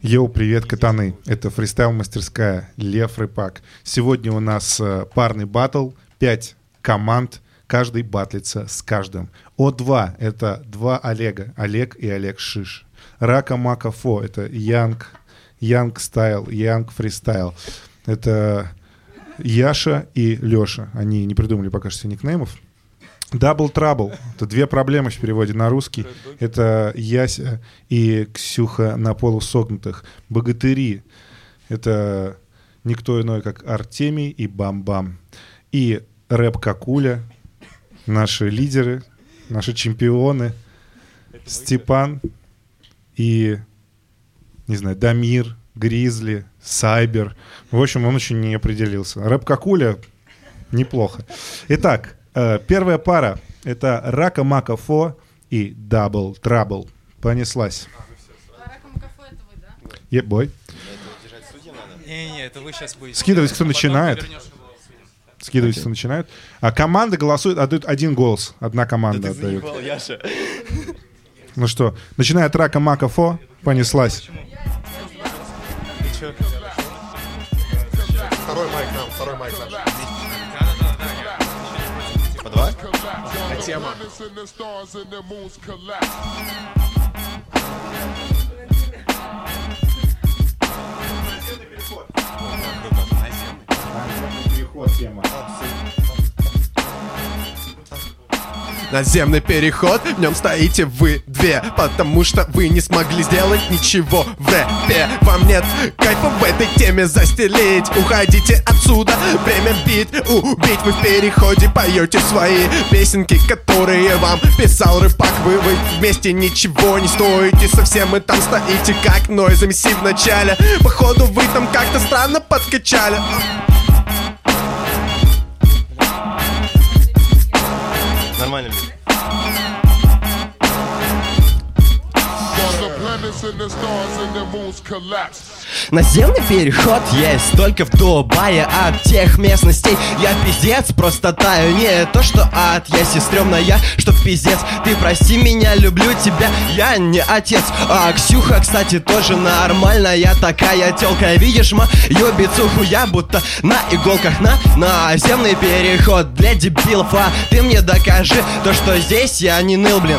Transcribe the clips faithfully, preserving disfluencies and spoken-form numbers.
Йоу, привет, катаны. Это фристайл-мастерская Лев Рыпак. Сегодня у нас парный баттл, пять команд, каждый батлится с каждым. О два — это два Олега, Олег и Олег Шиш. Рака Мака Фо — это Янг, Янг Стайл, Янг Фристайл. Это Яша и Леша. Они не придумали пока что никнеймов. Double Trouble — это две проблемы в переводе на русский. Это Яся и Ксюха на полусогнутых. Богатыри — это никто иной, как Артемий и Бам-Бам. И Рэп Какуля, наши лидеры, наши чемпионы. Степан и, не знаю, Дамир, Гризли, Сайбер. В общем, он еще не определился. Рэп Какуля неплохо. Итак, первая пара — это Рака Мака Фо и Double Trouble. Понеслась. А Рака Мака Фо — это вы, да? Ебой. Не-не, это вы сейчас будете. Скидывайте, кто начинает. Скидывайте, кто начинает. А команда голосует, отдают один голос. Одна команда отдает. Ну что, начинает Рака Мака Фо. Понеслась. Второй майк нам, второй майк нам. По два? А тема? Наземный переход, в нем стоите вы две, потому что вы не смогли сделать ничего в рэпе. Вам нет кайфа в этой теме застелить. Уходите отсюда, время бит, убить. Вы в переходе поете свои песенки, которые вам писал Рыпак. Вы, вы вместе ничего не стоите, совсем вы там стоите как Noise эм си в начале. Походу вы там как-то странно подкачали. Нормально. Наземный переход есть только в Дубае. От тех местностей я пиздец просто таю. Не то, что от Яси стрёмная, что пиздец. Ты прости меня, люблю тебя, я не отец. А Ксюха, кстати, тоже нормальная такая тёлка. Видишь мою бицуху, я будто на иголках. На наземный переход для дебилов. А ты мне докажи то, что здесь я не ныл, блин.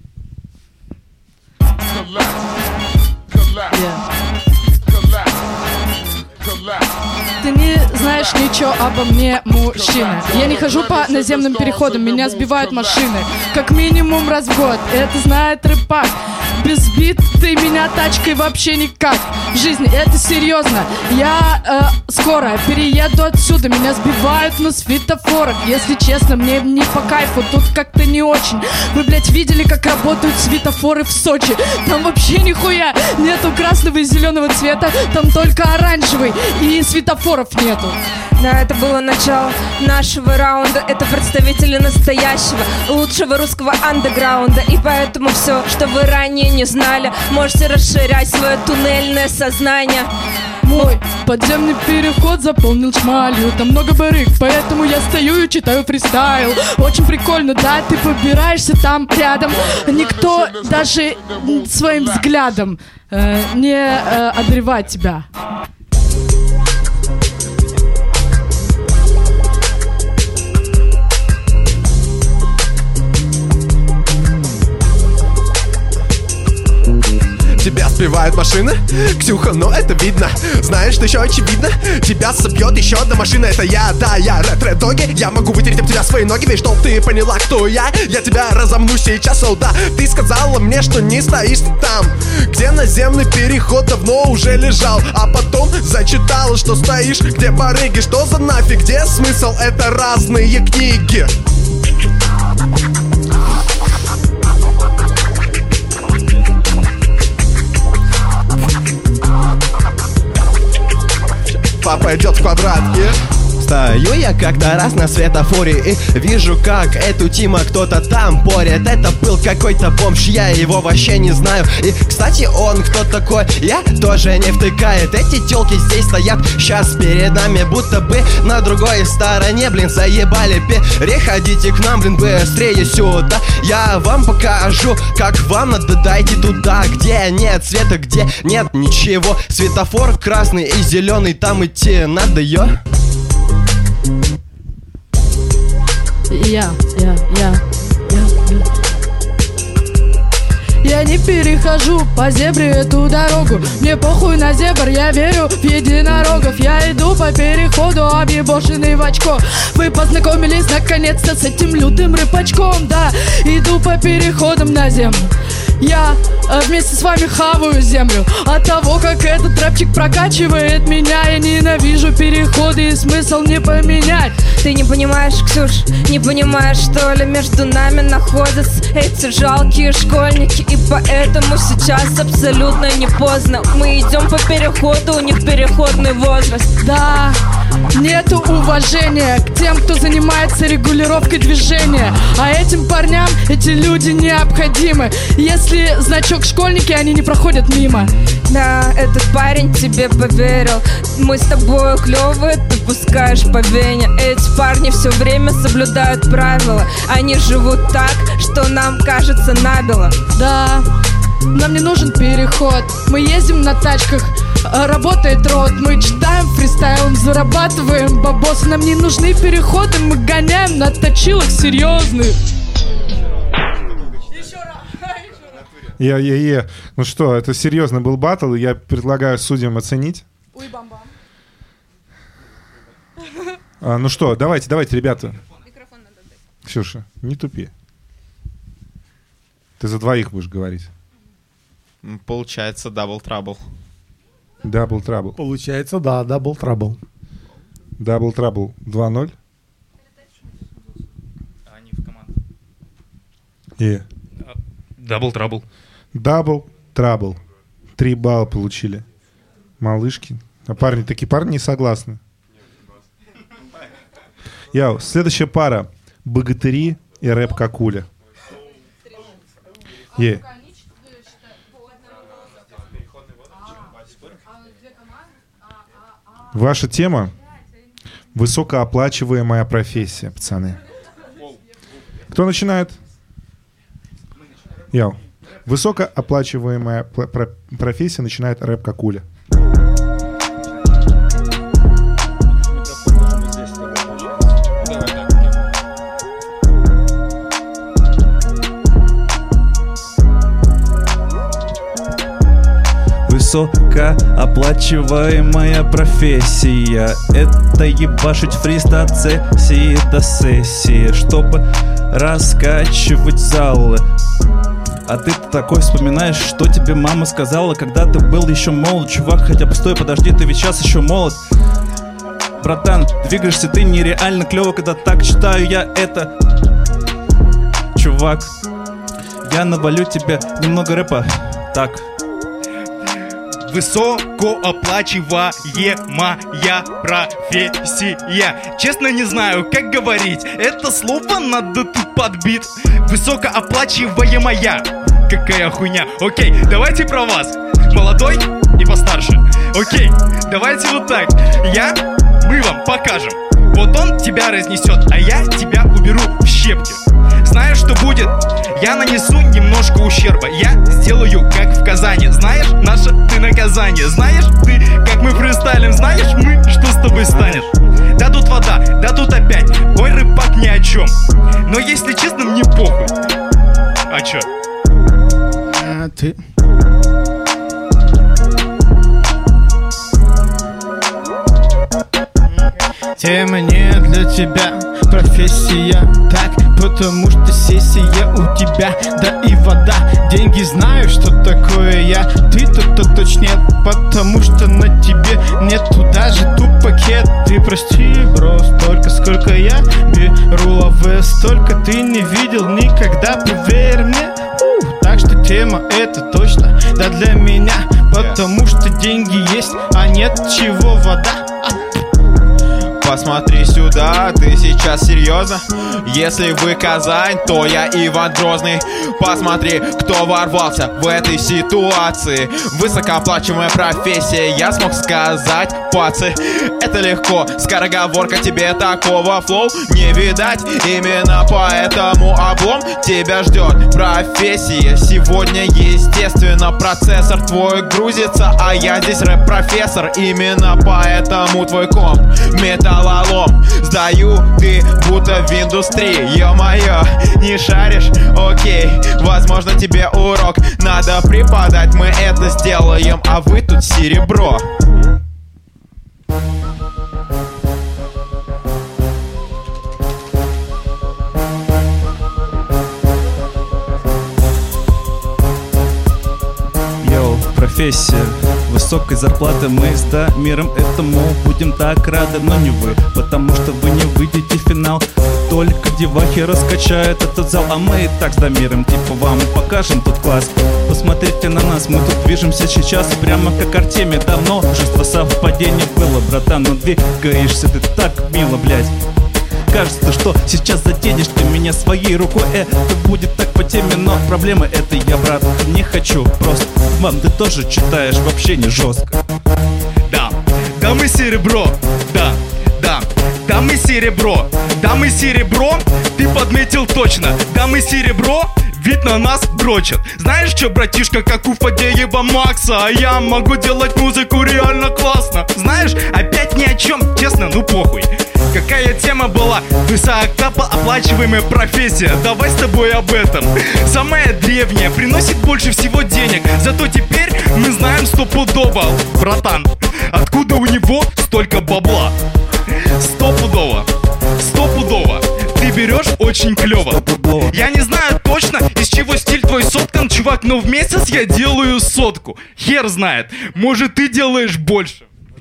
Ты не знаешь ничего обо мне, мужчина. Я не хожу по наземным переходам, меня сбивают машины как минимум раз в год, это знает Рыпак. Без бит ты меня тачкой вообще никак. В жизни это серьезно. Я э, скоро перееду отсюда. Меня сбивают на светофорах. Если честно, мне не по кайфу. Тут как-то не очень. Вы, блядь, видели, как работают светофоры в Сочи? Там вообще нихуя нету красного и зеленого цвета. Там только оранжевый. И светофоров нету. Да, это было начало нашего раунда. Это представители настоящего, лучшего русского андеграунда. И поэтому все, что вы ранее не знали, можете расширять свое туннельное сознание. Мой подземный переход заполнил шмалью. Там много барыг, поэтому я стою и читаю фристайл. Очень прикольно, да, ты побираешься там рядом. Никто даже своим взглядом э, не э, одолевает тебя. Тебя сбивают машины, Ксюха, но это видно. Знаешь, что еще очевидно? Тебя собьет еще одна машина. Это я, да, я ретро-доги. Я могу вытереть об тебя свои ноги, ведь чтоб ты поняла, кто я. Я тебя разомну сейчас, о да. Ты сказала мне, что не стоишь там, где наземный переход давно уже лежал. А потом зачитала, что стоишь, где барыги. Что за нафиг, где смысл? Это разные книги. Папа идет в квадрат, yeah. Стою я как-то раз на светофоре и вижу, как эту Тима кто-то там порит. Это был какой-то бомж, я его вообще не знаю. И, кстати, он кто такой, я тоже не втыкает. Эти тёлки здесь стоят сейчас перед нами, будто бы на другой стороне, блин, заебали. Переходите к нам, блин, быстрее сюда. Я вам покажу, как вам надо, дойти туда, где нет света, где нет ничего. Светофор красный и зеленый, там идти надо, ё. Я, я, я, я, я. Я не перехожу по зебре эту дорогу. Мне похуй на зебр, я верю в единорогов. Я иду по переходу, объебошенный в очко. Вы познакомились наконец-то с этим лютым рыбачком. Да, иду по переходам на землю. Я э, вместе с вами хаваю землю. От того, как этот рэпчик прокачивает меня, я ненавижу переходы и смысл не поменять. Ты не понимаешь, Ксюш, не понимаешь, что ли, между нами находятся эти жалкие школьники. И поэтому сейчас абсолютно не поздно. Мы идем по переходу, у них переходный возраст. Да, нету уважения к тем, кто занимается регулировкой движения. А этим парням эти люди необходимы. Если значок школьники, они не проходят мимо. Да, этот парень тебе поверил. Мы с тобой клёвые, ты пускаешь по вене. Эти парни все время соблюдают правила. Они живут так, что нам кажется набело. Да, нам не нужен переход. Мы ездим на тачках, работает рот. Мы читаем фристайлом, зарабатываем бабос. Нам не нужны переходы, мы гоняем на точилах серьезных. Я, я, я. Ну что, это серьезно был баттл, и я предлагаю судьям оценить. Уй, бам-бам. А, ну что, давайте, давайте, ребята. Микрофон надо дать. Ксюша, не тупи. Ты за двоих будешь говорить. Получается, дабл трабл. Дабл трабл. Получается, да, дабл трабл. Дабл трабл два ноль. Они в команду. И Дабл трабл. дабл трабл. Три балла получили. Малышки. А парни, такие парни не согласны. Я, следующая пара. Богатыри и рэп Какуля. Е. Ваша тема — высокооплачиваемая профессия, пацаны. Кто начинает? Я. Высокооплачиваемая про- профессия начинает рэп Какуля. Высокооплачиваемая профессия — это ебашить фристайл от сессии до сессии, чтобы раскачивать залы. А ты такой вспоминаешь, что тебе мама сказала, когда ты был еще молод. Чувак, хотя постой, подожди, ты ведь сейчас еще молод. Братан, двигаешься ты нереально клево, когда так читаю я это. Чувак, я навалю тебе немного рэпа. Так. Высокооплачиваемая профессия. Честно не знаю, как говорить. Это слово надо тут подбит. Высокооплачиваемая. Какая хуйня. Окей, давайте про вас. Молодой и постарше. Окей, давайте вот так. Я, мы вам покажем. Вот он тебя разнесет, а я тебя уберу в щепки. Знаешь, что будет? Я нанесу немножко ущерба. Я сделаю, как в Казани. Знаешь, наше ты наказание. Знаешь ты, как мы фристайлим. Знаешь мы, что с тобой станет. Да тут вода, да тут опять. Ой, рыбак ни о чем. Но если честно, мне похуй. А чё? А ты... Тема не для тебя, профессия так, потому что сессия у тебя, да и вода. Деньги знаю, что такое я, ты-то-то точнее, потому что на тебе нету даже тупакет. Ты прости, бро, столько, сколько я беру лавэ, столько ты не видел никогда, поверь мне. У, так что тема это точно, да для меня, потому что деньги есть, а нет чего вода. посмотри сюда, ты сейчас серьезно? Если вы Казань, то я Иван Грозный. Посмотри, кто ворвался в этой ситуации. Высокооплачиваемая профессия, я смог сказать, пацы. Это легко, скороговорка, тебе такого флоу не видать. Именно поэтому облом тебя ждет. Профессия сегодня, естественно, процессор твой грузится, а я здесь рэп-профессор. Именно поэтому твой комп металлолом. Сдаю, ты будто в индустрии, ё-моё, не шаришь? Окей, возможно тебе урок надо преподать. Мы это сделаем, а вы тут серебро. Йоу, профессия высокой зарплаты, мы с миром этому будем так рады. Но не вы, потому что вы не выйдете в финал. Только девахи раскачают этот зал, а мы и так с Дамиром типа вам покажем тут класс. Посмотрите на нас, мы тут движемся сейчас прямо как Артемий. Да, множество совпадений было, братан, но двигаешься ты так мило, блядь. Кажется, что сейчас заденешь ты меня своей рукой. Это будет так по теме, но проблема это я, брат, не хочу. Просто вам ты тоже читаешь вообще не жестко. Да, да мы серебро, да, да, да мы серебро, да мы серебро, ты подметил точно, да мы серебро. Вид на нас дрочат. Знаешь что, братишка, как у Фадеева Макса, а я могу делать музыку реально классно. Знаешь, опять ни о чем, честно, ну похуй. Какая тема была? Высокооплачиваемая профессия. Давай с тобой об этом. Самая древняя, приносит больше всего денег. Зато теперь мы знаем стопудово, братан, откуда у него столько бабла. Стопудово, стопудово. Ты берешь очень клево. Я не знаю точно, из чего стиль твой соткан, чувак, но в месяц я делаю сотку. Хер знает, может ты делаешь больше.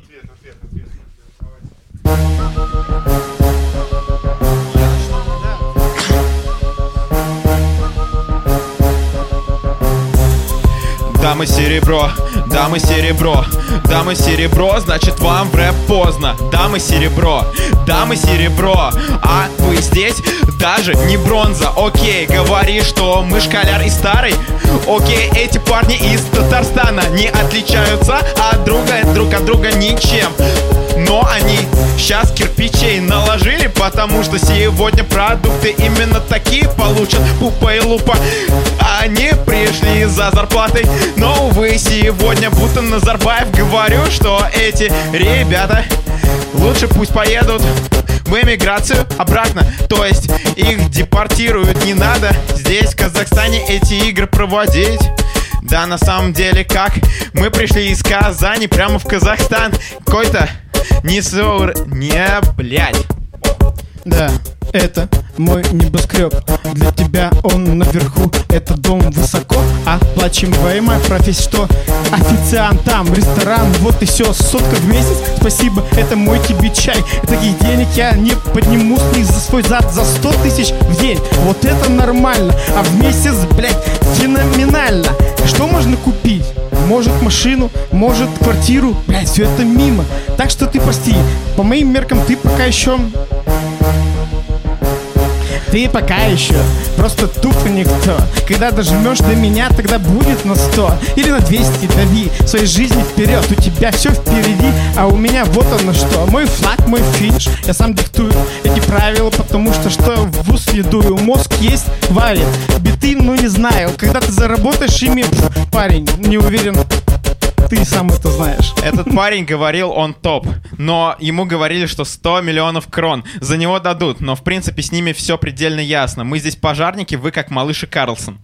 Да мы серебро, да мы серебро, да мы серебро, значит вам в рэп поздно. Да мы серебро, да мы серебро, а вы здесь даже не бронза. Окей, говори, что мы школяр и старый. Окей, эти парни из Татарстана не отличаются от друга, друг от друга ничем. Но они сейчас кирпичей наложили, потому что сегодня продукты именно такие получат. Пупа и лупа, они пришли за зарплатой. Но, увы, сегодня будто Назарбаев говорю, что эти ребята лучше пусть поедут в эмиграцию обратно. То есть их депортируют, не надо здесь, в Казахстане, эти игры проводить. Да, на самом деле как? Мы пришли из Казани прямо в Казахстан. Какой-то не сур... Не, блядь. Да, это мой небоскреб. Для тебя он наверху, это дом высоко. Оплачиваемая профессия, что официант там, ресторан, вот и все, сотка в месяц. Спасибо, это мой тебе чай. Таких денег я не подниму с них за свой зад за сто тысяч в день. Вот это нормально, а в месяц, блядь, феноменально. Что можно купить? Может машину, может квартиру. Блядь, все это мимо. Так что ты прости, по моим меркам ты пока еще... Ты пока еще просто тупо никто. Когда дожмешь до меня, тогда будет на сто или на двести дави в своей жизни вперед. У тебя все впереди, а у меня вот оно что. Мой флаг, мой финиш. Я сам диктую эти правила, потому что что в вуз следую. Мозг есть, варит. Биты, ну не знаю. Когда ты заработаешь ими, пф, парень, не уверен. Ты сам это знаешь. Этот парень говорил, он топ. Но ему говорили, что сто миллионов крон за него дадут. Но в принципе с ними все предельно ясно. Мы здесь пожарники, вы как малыш и Карлсон.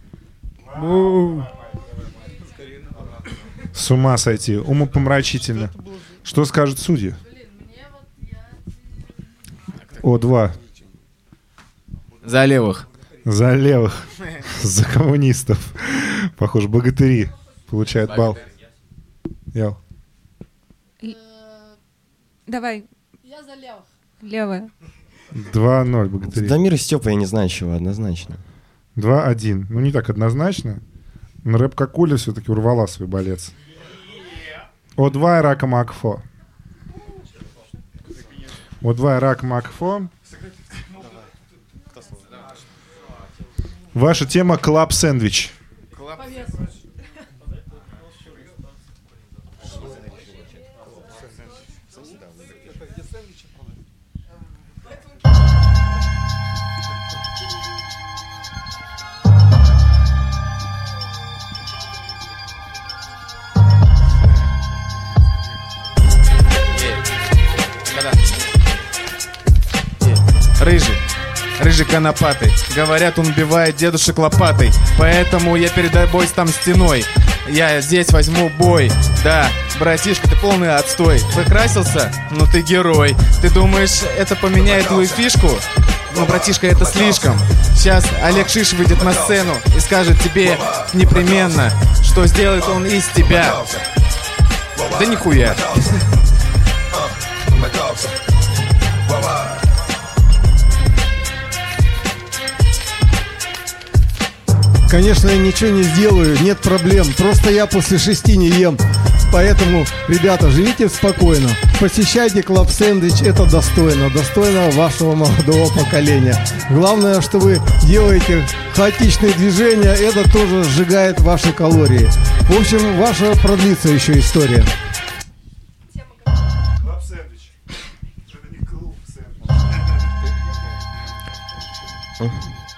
С ума сойти, умопомрачительно. Что скажут судьи? О, два. За левых. За левых. За коммунистов. Похоже, богатыри получают балл. Я. Давай. Я за левых. Левая. два ноль богатыри. Дамир и Степа, я не знаю чего, однозначно. два один. Ну, не так однозначно. Но рэп Какуля все-таки урвала свой болец. О два и Рака Макфо. О два рак макфон. Ваша тема Club Sandwich. Рыжий, рыжий конопатый. Говорят, он убивает дедушек лопатой. Поэтому я перед тобой там стеной. Я здесь возьму бой. Да, братишка, ты полный отстой. Выкрасился? Ну ты герой. Ты думаешь, это поменяет твою фишку? Ну, братишка, это слишком. Сейчас Олег Шиш выйдет на сцену и скажет тебе непременно, что сделает он из тебя. Да нихуя. Конечно, я ничего не сделаю, нет проблем. Просто я после шести не ем. Поэтому, ребята, живите спокойно. Посещайте Club Sandwich, это достойно. Достойно вашего молодого поколения. Главное, что вы делаете хаотичные движения, это тоже сжигает ваши калории. В общем, ваша продлится еще история. Club Sandwich. Это не Club Sandwich.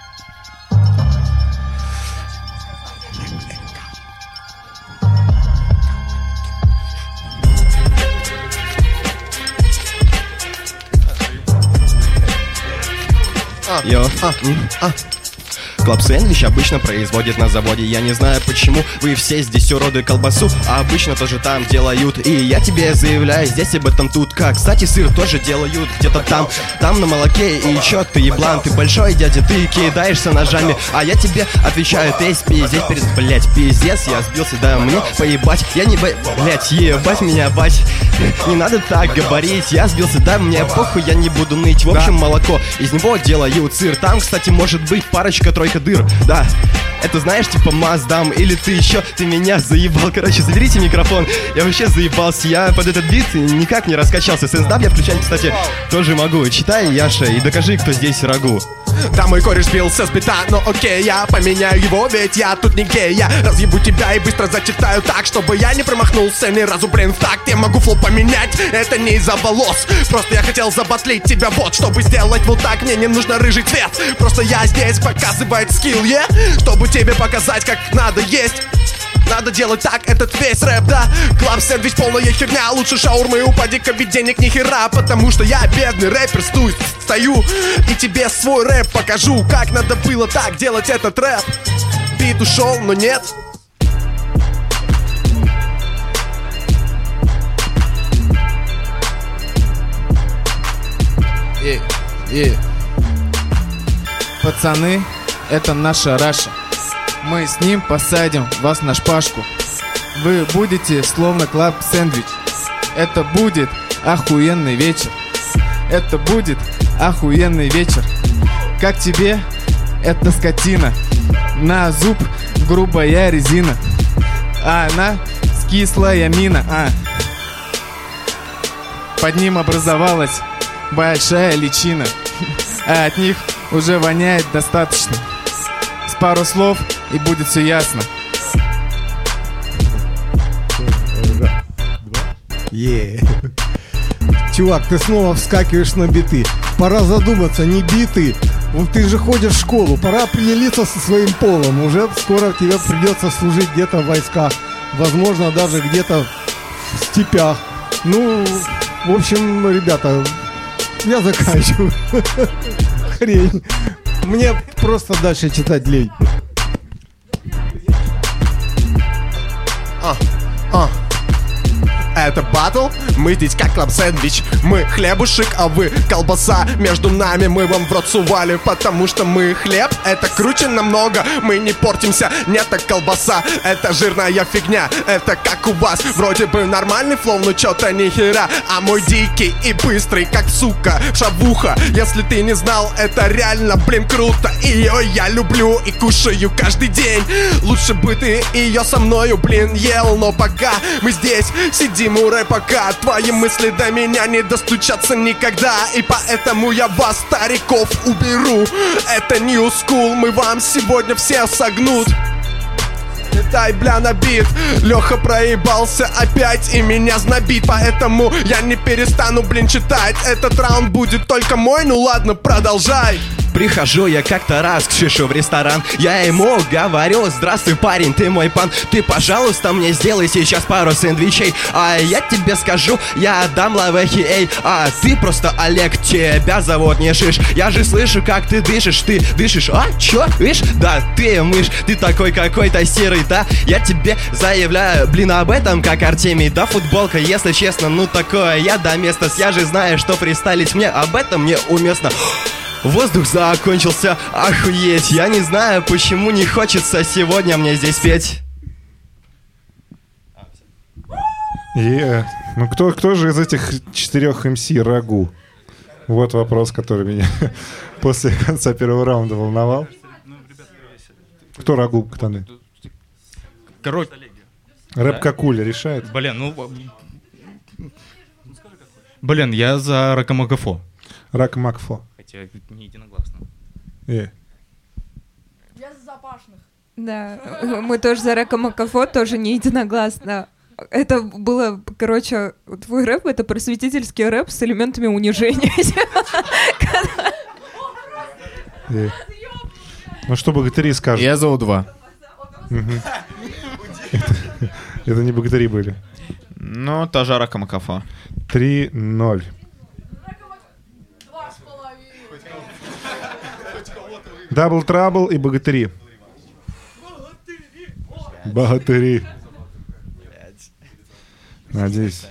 Йо, а, а. Club Sandwich обычно производит на заводе. Я не знаю, почему вы все здесь уроды колбасу, а обычно тоже там делают. И я тебе заявляю, здесь об этом тут как. Кстати, сыр тоже делают где-то там, там на молоке. И чё ты, еблан, ты большой дядя, ты кидаешься ножами. А я тебе отвечаю, ты пиздец перед, блять, пиздец. Я сбился, да мне поебать. Я не бо... блять, ебать меня, бать. Не надо так говорить, я сбился, да мне похуй, я не буду ныть. В общем, молоко, из него делают сыр. Там, кстати, может быть парочка-тройка дыр, да. Это знаешь, типа Маздам, или ты еще, ты меня заебал. Короче, заберите микрофон, я вообще заебался. Я под этот бит никак не раскачался. Сенсдаб я включать, кстати, тоже могу. Читай, Яша, и докажи, кто здесь рагу. Да, мой кореш сбился с бита, но окей, я поменяю его, ведь я тут не гей. Я разъебу тебя и быстро зачитаю так, чтобы я не промахнулся ни разу, блин, в такт. Я могу флоу поменять, это не из-за волос. Просто я хотел забатлить тебя, вот. Чтобы сделать вот так, мне не нужно рыжий цвет. Просто я здесь показывает скилл, е yeah? Чтобы тебе показать, как надо есть. Надо делать так, этот весь рэп, да. Club Sandwich полная херня. Лучше шаурмы, упади-ка, ведь денег ни хера. Потому что я бедный рэпер, стою, стою и тебе свой рэп покажу. Как надо было так делать этот рэп. Бит ушел, но нет. Эй, эй. Пацаны, это наша Раша. Мы с ним посадим вас на шпажку. Вы будете словно Club Sandwich. Это будет охуенный вечер. Это будет охуенный вечер. Как тебе эта скотина? На зуб грубая резина, а она скислая мина, а под ним образовалась большая личина, а от них уже воняет достаточно. С пару слов и будет все ясно. Yeah. Чувак, ты снова вскакиваешь на биты. Пора задуматься, не биты. Вот ты же ходишь в школу, пора определиться со своим полом. Уже скоро тебе придется служить где-то в войсках. Возможно, даже где-то в степях. Ну, в общем, ребята, я заканчиваю. Хрень. Мне просто дальше читать лень. А, а. Это батл, мы здесь как Club Sandwich. Мы хлебушек, а вы колбаса. Между нами мы вам в рот сували, потому что мы хлеб, это круче намного. Мы не портимся, нет, так колбаса. Это жирная фигня, это как у вас. Вроде бы нормальный флоу, но чё-то ни хера. А мой дикий и быстрый, как сука, шавуха. Если ты не знал, это реально, блин, круто. Ее я люблю и кушаю каждый день. Лучше бы ты ее со мною, блин, ел. Но пока мы здесь сидим приму рэп, пока твои мысли до меня не достучатся никогда. И поэтому я вас, стариков, уберу. Это New School, мы вам сегодня все согнут. Дай, бля, на бит. Леха проебался опять и меня знобит. Поэтому я не перестану, блин, читать. Этот раунд будет только мой, ну ладно, продолжай. Прихожу я как-то раз к Шишу в ресторан. Я ему говорю: здравствуй, парень, ты мой пан. Ты, пожалуйста, мне сделай сейчас пару сэндвичей. А я тебе скажу, я дам лавехи, эй. А ты просто Олег, тебя зовут не Шиш. Я же слышу, как ты дышишь. Ты дышишь, а, чё, видишь? Да, ты мышь, ты такой какой-то серый, да. Я тебе заявляю, блин, об этом, как Артемий. Да, футболка, если честно, ну такое я до места. Я же знаю, что фристайлить мне об этом не уместно. Воздух закончился, охуеть. Я не знаю, почему не хочется сегодня мне здесь петь. Yeah. Ну кто, кто же из этих четырех эм си рагу? Вот вопрос, который меня после конца первого раунда волновал. Кто рагу, Ктаны? Короче, Рэп Какуля решает? Блин, ну... Блин, я за Ракамагафо. Ракамакфо. Хотя не единогласно. Yeah. Я за Запашных. Да, мы тоже за Ракамагафо, тоже не единогласно. Это было, короче, твой рэп — это просветительский рэп с элементами унижения. Yeah. Ну что богатыри скажут? Я за У два. Это не богатыри были. Ну, тоже Ракамагафо. три ноль. Дабл Трабл и богатыри. Богатыри. Надеюсь.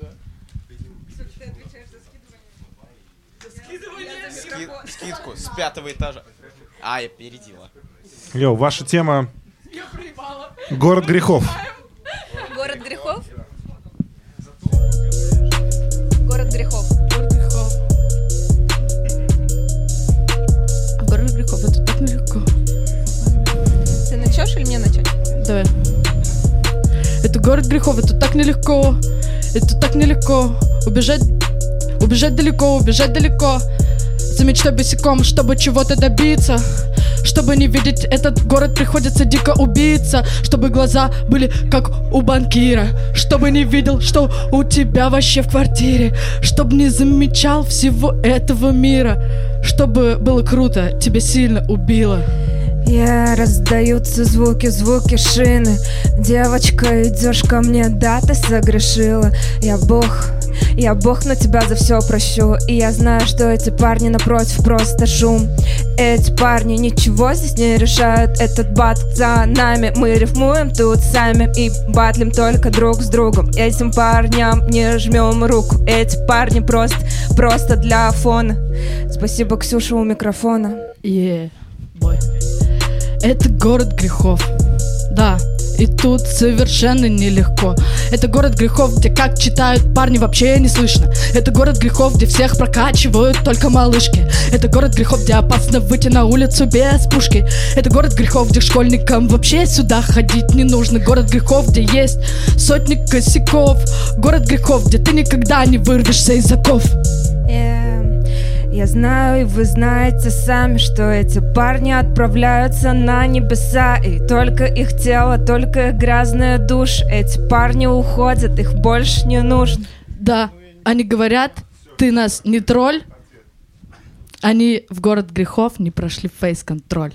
Скидку с пятого этажа. А, я опередила. Йоу, ваша тема «Город грехов». Город грехов? Город грехов. Город грехов. Город грехов, это так нелегко. Ты начнешь или мне начать? Давай. Это город грехов, это так нелегко. Это так нелегко. Убежать, убежать далеко, убежать далеко. За мечтой босиком, чтобы чего-то добиться. Чтобы не видеть этот город, приходится дико убиться. Чтобы глаза были как у банкира. Чтобы не видел, что у тебя вообще в квартире. Чтобы не замечал всего этого мира. Чтобы было круто, тебя сильно убило. Я раздаются звуки, звуки шины. Девочка, идешь ко мне, да, ты согрешила. Я бог, я бог, но тебя за все прощу. И я знаю, что эти парни напротив просто шум. Эти парни ничего здесь не решают. Этот батл за нами, мы рифмуем тут сами и батлим только друг с другом. Этим парням не жмем руку. Эти парни просто, просто для фона. Спасибо, Ксюша, у микрофона. Yeah, boy. Это город грехов, да, и тут совершенно нелегко. Это город грехов, где как читают парни вообще не слышно. Это город грехов, где всех прокачивают только малышки. Это город грехов, где опасно выйти на улицу без пушки. Это город грехов, где школьникам вообще сюда ходить не нужно. Город грехов, где есть сотни косяков. Город грехов, где ты никогда не вырвешься из оков. Yeah. Я знаю, и вы знаете сами, что эти парни отправляются на небеса. И только их тело, только их грязная душа. Эти парни уходят, их больше не нужно. Да, они говорят, ты нас не тролль. Они в город грехов не прошли фейс-контроль.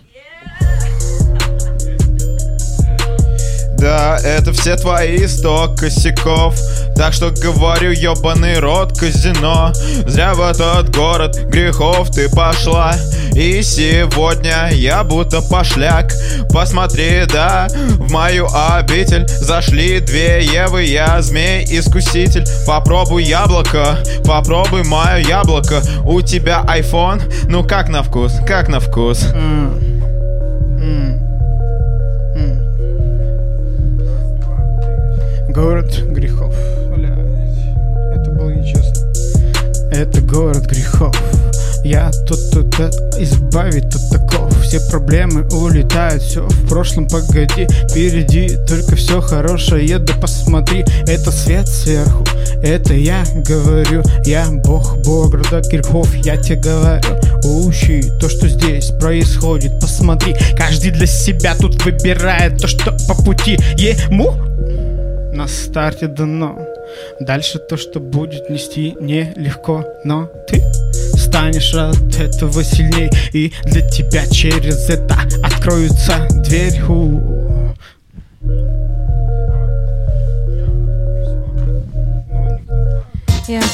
Да, это все твои сто косяков. Так что говорю, ёбаный рот, казино. Зря в этот город грехов ты пошла. И сегодня я будто пошляк. Посмотри, да, в мою обитель зашли две Евы, я змей-искуситель. Попробуй яблоко, попробуй мое яблоко. У тебя айфон, ну как на вкус, как на вкус. Mm. Mm. Mm. Город грехов. Блядь, это было нечестно. Это город грехов. Я тут, тут избавить от таков. все проблемы улетают, все в прошлом, погоди, впереди только все хорошее, да посмотри, это свет сверху, это я говорю, я бог города грехов, я тебе говорю, ущи, то, что здесь происходит, посмотри, каждый для себя тут выбирает то, что по пути ему на старте дано. Дальше то, что будет нести нелегко, но ты станешь от этого сильней, и для тебя через это откроется дверь. Yeah.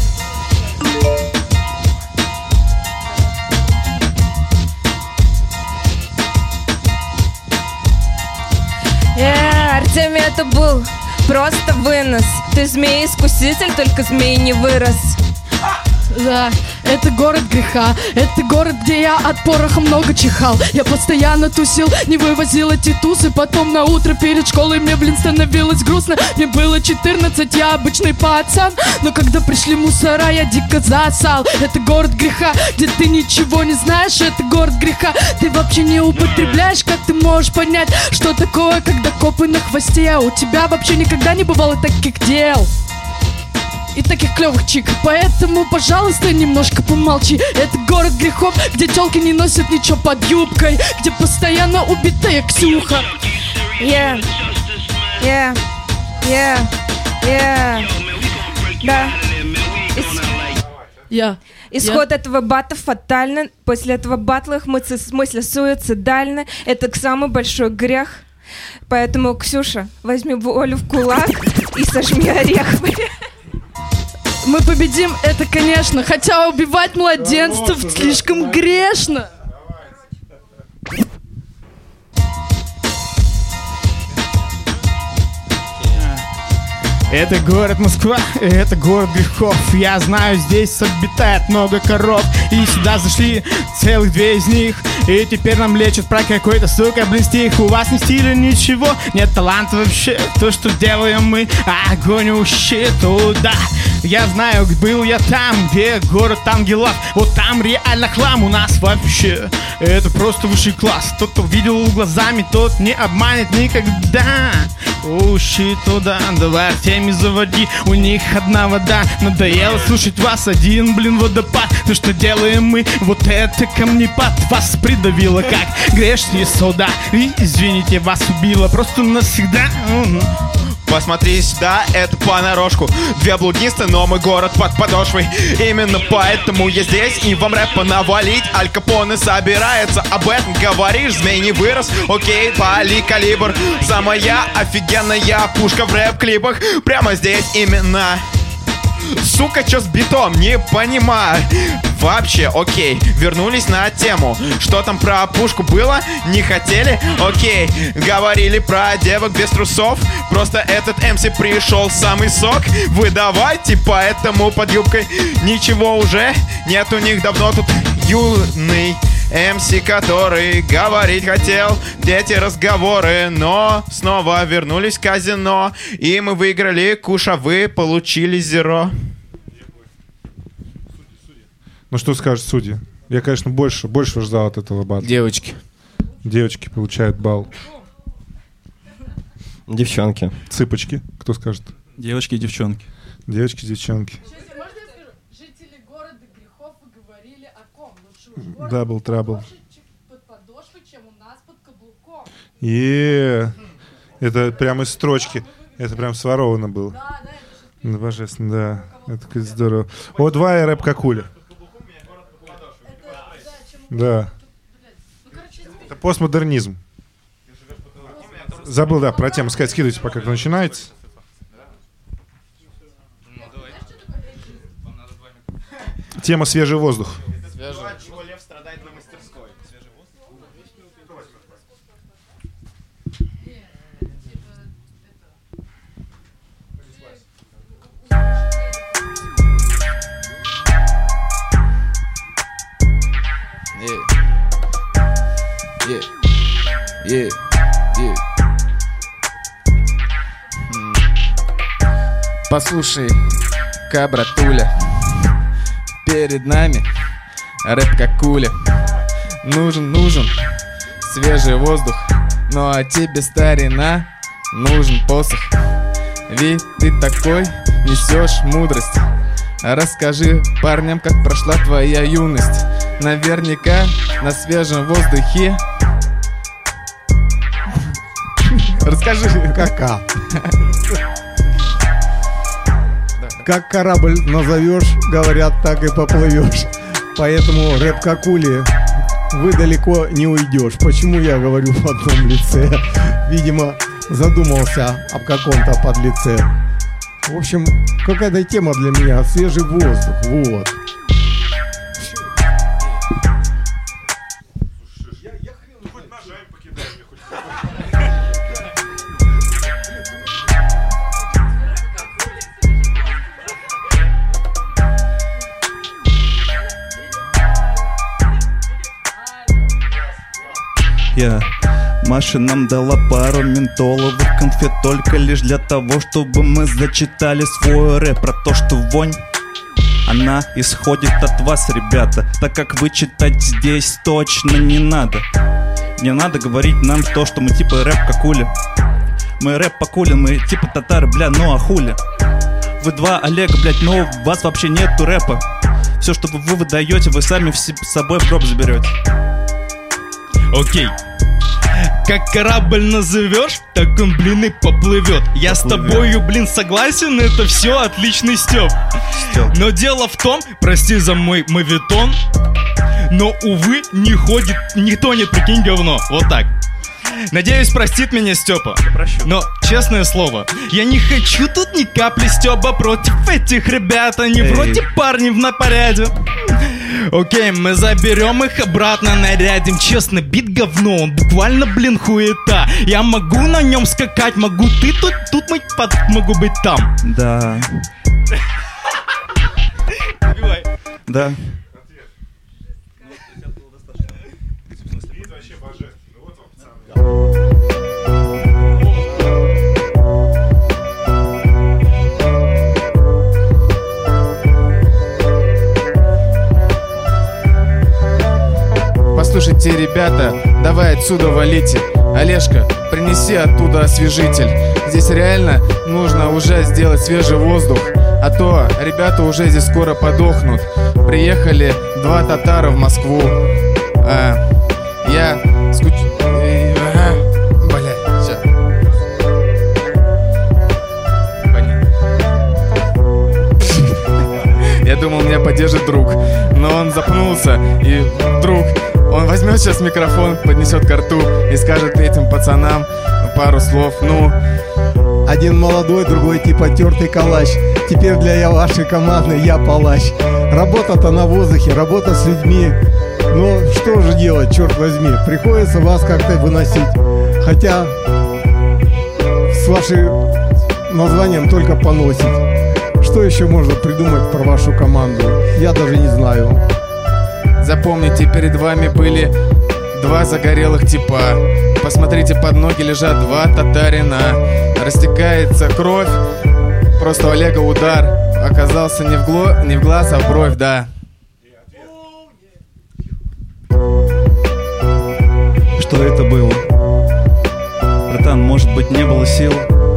Yeah, Артемий, это был просто вынос. Ты змей-искуситель, только змей не вырос. Да, это город греха, это город, где я от пороха много чихал. Я постоянно тусил, не вывозил эти тусы. Потом на утро перед школой мне, блин, становилось грустно. Мне было четырнадцать, я обычный пацан, но когда пришли мусора, я дико засал. Это город греха, где ты ничего не знаешь. Это город греха, ты вообще не употребляешь. Как ты можешь понять, что такое, когда копы на хвосте? У тебя вообще никогда не бывало таких дел и таких клевых чик. Поэтому, пожалуйста, немножко помолчи. Это город грехов, где тёлки не носят ничего под юбкой, где постоянно убитая Ксюха. Yeah, yeah, yeah, yeah. Да. Я. Исход yeah. этого бата фатальный. После этого батла их мысли, мысли суицидальны. Это самый большой грех. Поэтому, Ксюша, возьми волю в кулак и сожми орех. Мы победим, это конечно, хотя убивать младенцев слишком грешно. Это город Москва, это город грехов. Я знаю, здесь обитает много коров, и сюда зашли целых две из них, и теперь нам лечат про какой-то, сука, блин, стих. У вас ни стиля, ничего, нет таланта вообще. То, что делаем мы, огонь ущи туда. Я знаю, был я там, где город ангелов. Вот там реально хлам у нас вообще. Это просто высший класс. Тот, кто видел глазами, тот не обманет никогда. Ущи туда, давай Артемий заводи. У них одна вода. Надоело слушать вас, один, блин, водопад. То, что делаем мы, вот это камнепад. Вас придавило, как грешные солдат. И, извините, вас убило просто навсегда. Посмотри сюда, это понарошку. Две блуднисты, но мой город под подошвой. Именно поэтому я здесь, и вам рэпа навалить. Аль Капоне собирается, об этом говоришь. Змей не вырос, окей, пали калибр. Самая офигенная пушка в рэп-клипах прямо здесь именно. Сука, чё с битом? Не понимаю. Вообще, окей, вернулись на тему. Что там про пушку было? Не хотели? Окей, говорили про девок без трусов. Просто этот эм си пришел самый сок. Выдавайте, поэтому под юбкой ничего уже нет у них давно тут. Юный эм си, который говорить хотел, дети разговоры, но снова вернулись в казино, и мы выиграли куш, а вы получили зеро. Ну что скажешь, судьи? Я, конечно, больше, больше ждал от этого батла. Девочки. Девочки получают балл. Девчонки. Цыпочки. Кто скажет? Девочки и девчонки. Девочки, девчонки. Дабл трабл. Еее. Это прямо из строчки. Это прям своровано было. Да, да, это божественно, да. Это здорово. О, два и рэп какуля. Да. Это постмодернизм. Забыл, да, про тему сказать. Скидывайте, пока как начинается. Тема «Свежий воздух». Чего лев страдает на мастерской? Свежий воздух? Yeah. Yeah. Yeah. Hmm. Послушай-ка, братуля, перед нами рэп как куля. нужен, нужен свежий воздух. Ну а тебе, старина, нужен посох. Ведь ты такой несешь мудрость. Расскажи парням, как прошла твоя юность. Наверняка на свежем воздухе. Расскажи. Кака. Как корабль назовешь, говорят, так и поплывешь. Поэтому рэп какули, вы далеко не уйдешь. Почему я говорю в одном лице? Видимо, задумался об каком-то подлеце. В общем, какая-то тема для меня. Свежий воздух, вот. Я Маша нам дала пару ментоловых конфет только лишь для того, чтобы мы зачитали свой рэп про то, что вонь, она исходит от вас, ребята, так как вычитать здесь точно не надо. Не надо говорить нам то, что мы типа рэп какули. Мы рэп покулин, мы типа татары, бля, ну а хули. Вы два Олега, блядь, но у вас вообще нету рэпа. Все, что вы выдаете, вы сами с собой в гроб заберете. Окей. Как корабль назовешь, так он, блин, и поплывет. Я с тобою, блин, согласен, это все отличный стёб. Но дело в том, прости за мой моветон, но, увы, не ходит, не тонет, прикинь, говно. Вот так. Надеюсь, простит меня Степа. Но, честное слово, я не хочу тут ни капли стёба против этих ребят. Они Эй. вроде парни в напаряде. Окей, мы заберем их обратно, нарядим. Честно, бит говно, он буквально, блин, хуета. Я могу на нем скакать, могу ты тут, тут мы под, могу быть там. Да. Да. Послушайте, ребята, давай отсюда валите. Олежка, принеси оттуда освежитель. Здесь реально нужно уже сделать свежий воздух, а то ребята уже здесь скоро подохнут. Приехали два татара в Москву. а, Я скуч... Ага. Бля, все. Я думал, меня поддержит друг, но он запнулся, и вдруг он возьмет сейчас микрофон, поднесет ко рту и скажет этим пацанам пару слов. Ну, один молодой, другой типа тертый калач. Теперь для я вашей команды я палач. Работа-то на воздухе, работа с людьми. Но что же делать, черт возьми? Приходится вас как-то выносить. Хотя с вашим названием только поносить. Что еще можно придумать про вашу команду? Я даже не знаю. Запомните, перед вами были два загорелых типа. Посмотрите, под ноги лежат два татарина. Растекается кровь. Просто у Олега удар оказался не в, гло... не в глаз, а в бровь, да. Что это было? Братан, может быть, не было сил?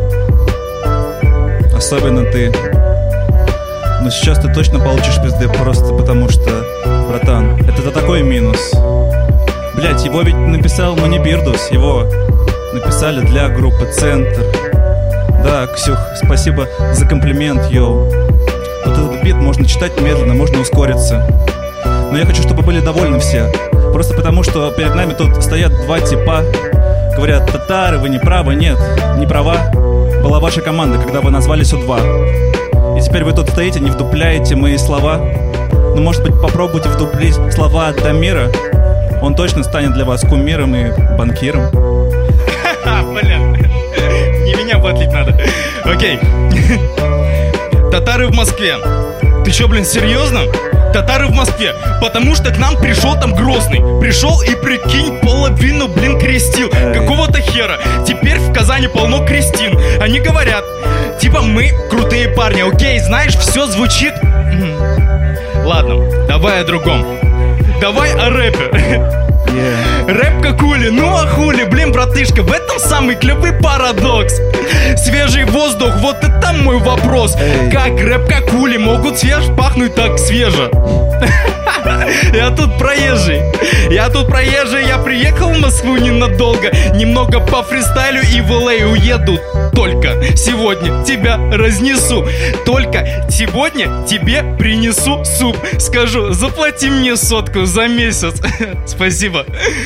Особенно ты. Но сейчас ты точно получишь пизды, просто потому что, братан, это такой минус. Блять, его ведь написал, но не Бирдус. Его написали для группы «Центр». Да, Ксюх, спасибо за комплимент, йоу. Вот этот бит можно читать медленно, можно ускориться. Но я хочу, чтобы были довольны все. Просто потому, что перед нами тут стоят два типа. Говорят, татары, вы не правы. Нет, не права. Была ваша команда, когда вы назвались У два. И теперь вы тут стоите, не вдупляете мои слова. Ну, может быть, попробуйте вдуплить слова от Дамира. Он точно станет для вас кумиром и банкиром. Ха-ха, блин. Не меня батлить надо. Окей. Татары в Москве. Ты чё, блин, серьезно? Татары в Москве. Потому что к нам пришел там Грозный. Пришел и, прикинь, половину, блин, крестил. Какого-то хера. Теперь в Казани полно крестин. Они говорят, типа, мы крутые парни. Окей, знаешь, все звучит. Ладно, давай о другом. Давай о рэпе. Yeah. Рэп как хули, ну а хули, блин, братышка, в этом самый клевый парадокс. Свежий воздух, вот это мой вопрос. Эй. Как рэп как хули могут свеж пахнуть так свеже? Я тут проезжий, я тут проезжий, я приехал в Москву ненадолго. Немного по фристайлю и в эл эй уеду. Только сегодня тебя разнесу. Только сегодня тебе принесу суп. Скажу, заплати мне сотку за месяц. Спасибо.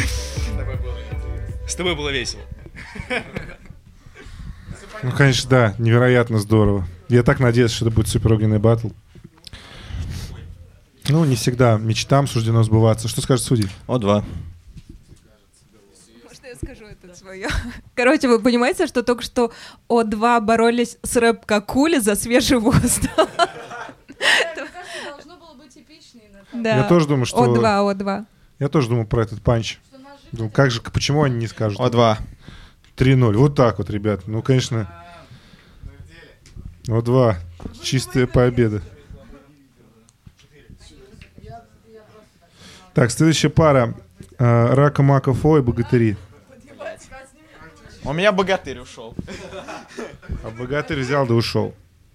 С тобой было весело. Ну, конечно, да, невероятно здорово. Я так надеюсь, что это будет супер огненный батл. Ну, не всегда мечтам суждено сбываться. Что скажет судья? О два. Можно я скажу это свое? Короче, вы понимаете, что только что О два боролись с рэп Какули за свежий воздух? Должно было быть эпичнее. Да. Я тоже думаю, что... О два, О два. Я тоже думаю про этот панч. Думаю, как же, почему они не скажут? О два. три ноль. Вот так вот, ребят. Ну, конечно... О два. Чистая победа. Так, следующая пара. Э, Рака, Мака, Фо и Богатыри. У меня Богатырь ушел. А Богатырь взял да ушел.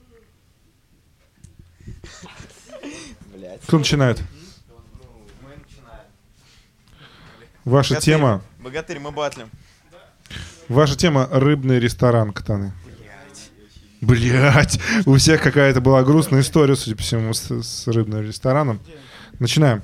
Блять. Кто начинает? Ваша Богатырь. тема... Богатырь, мы батлим. Ваша тема — рыбный ресторан, Катаны. Блять, у всех какая-то была грустная история, судя по всему, с, с рыбным рестораном. Начинаем.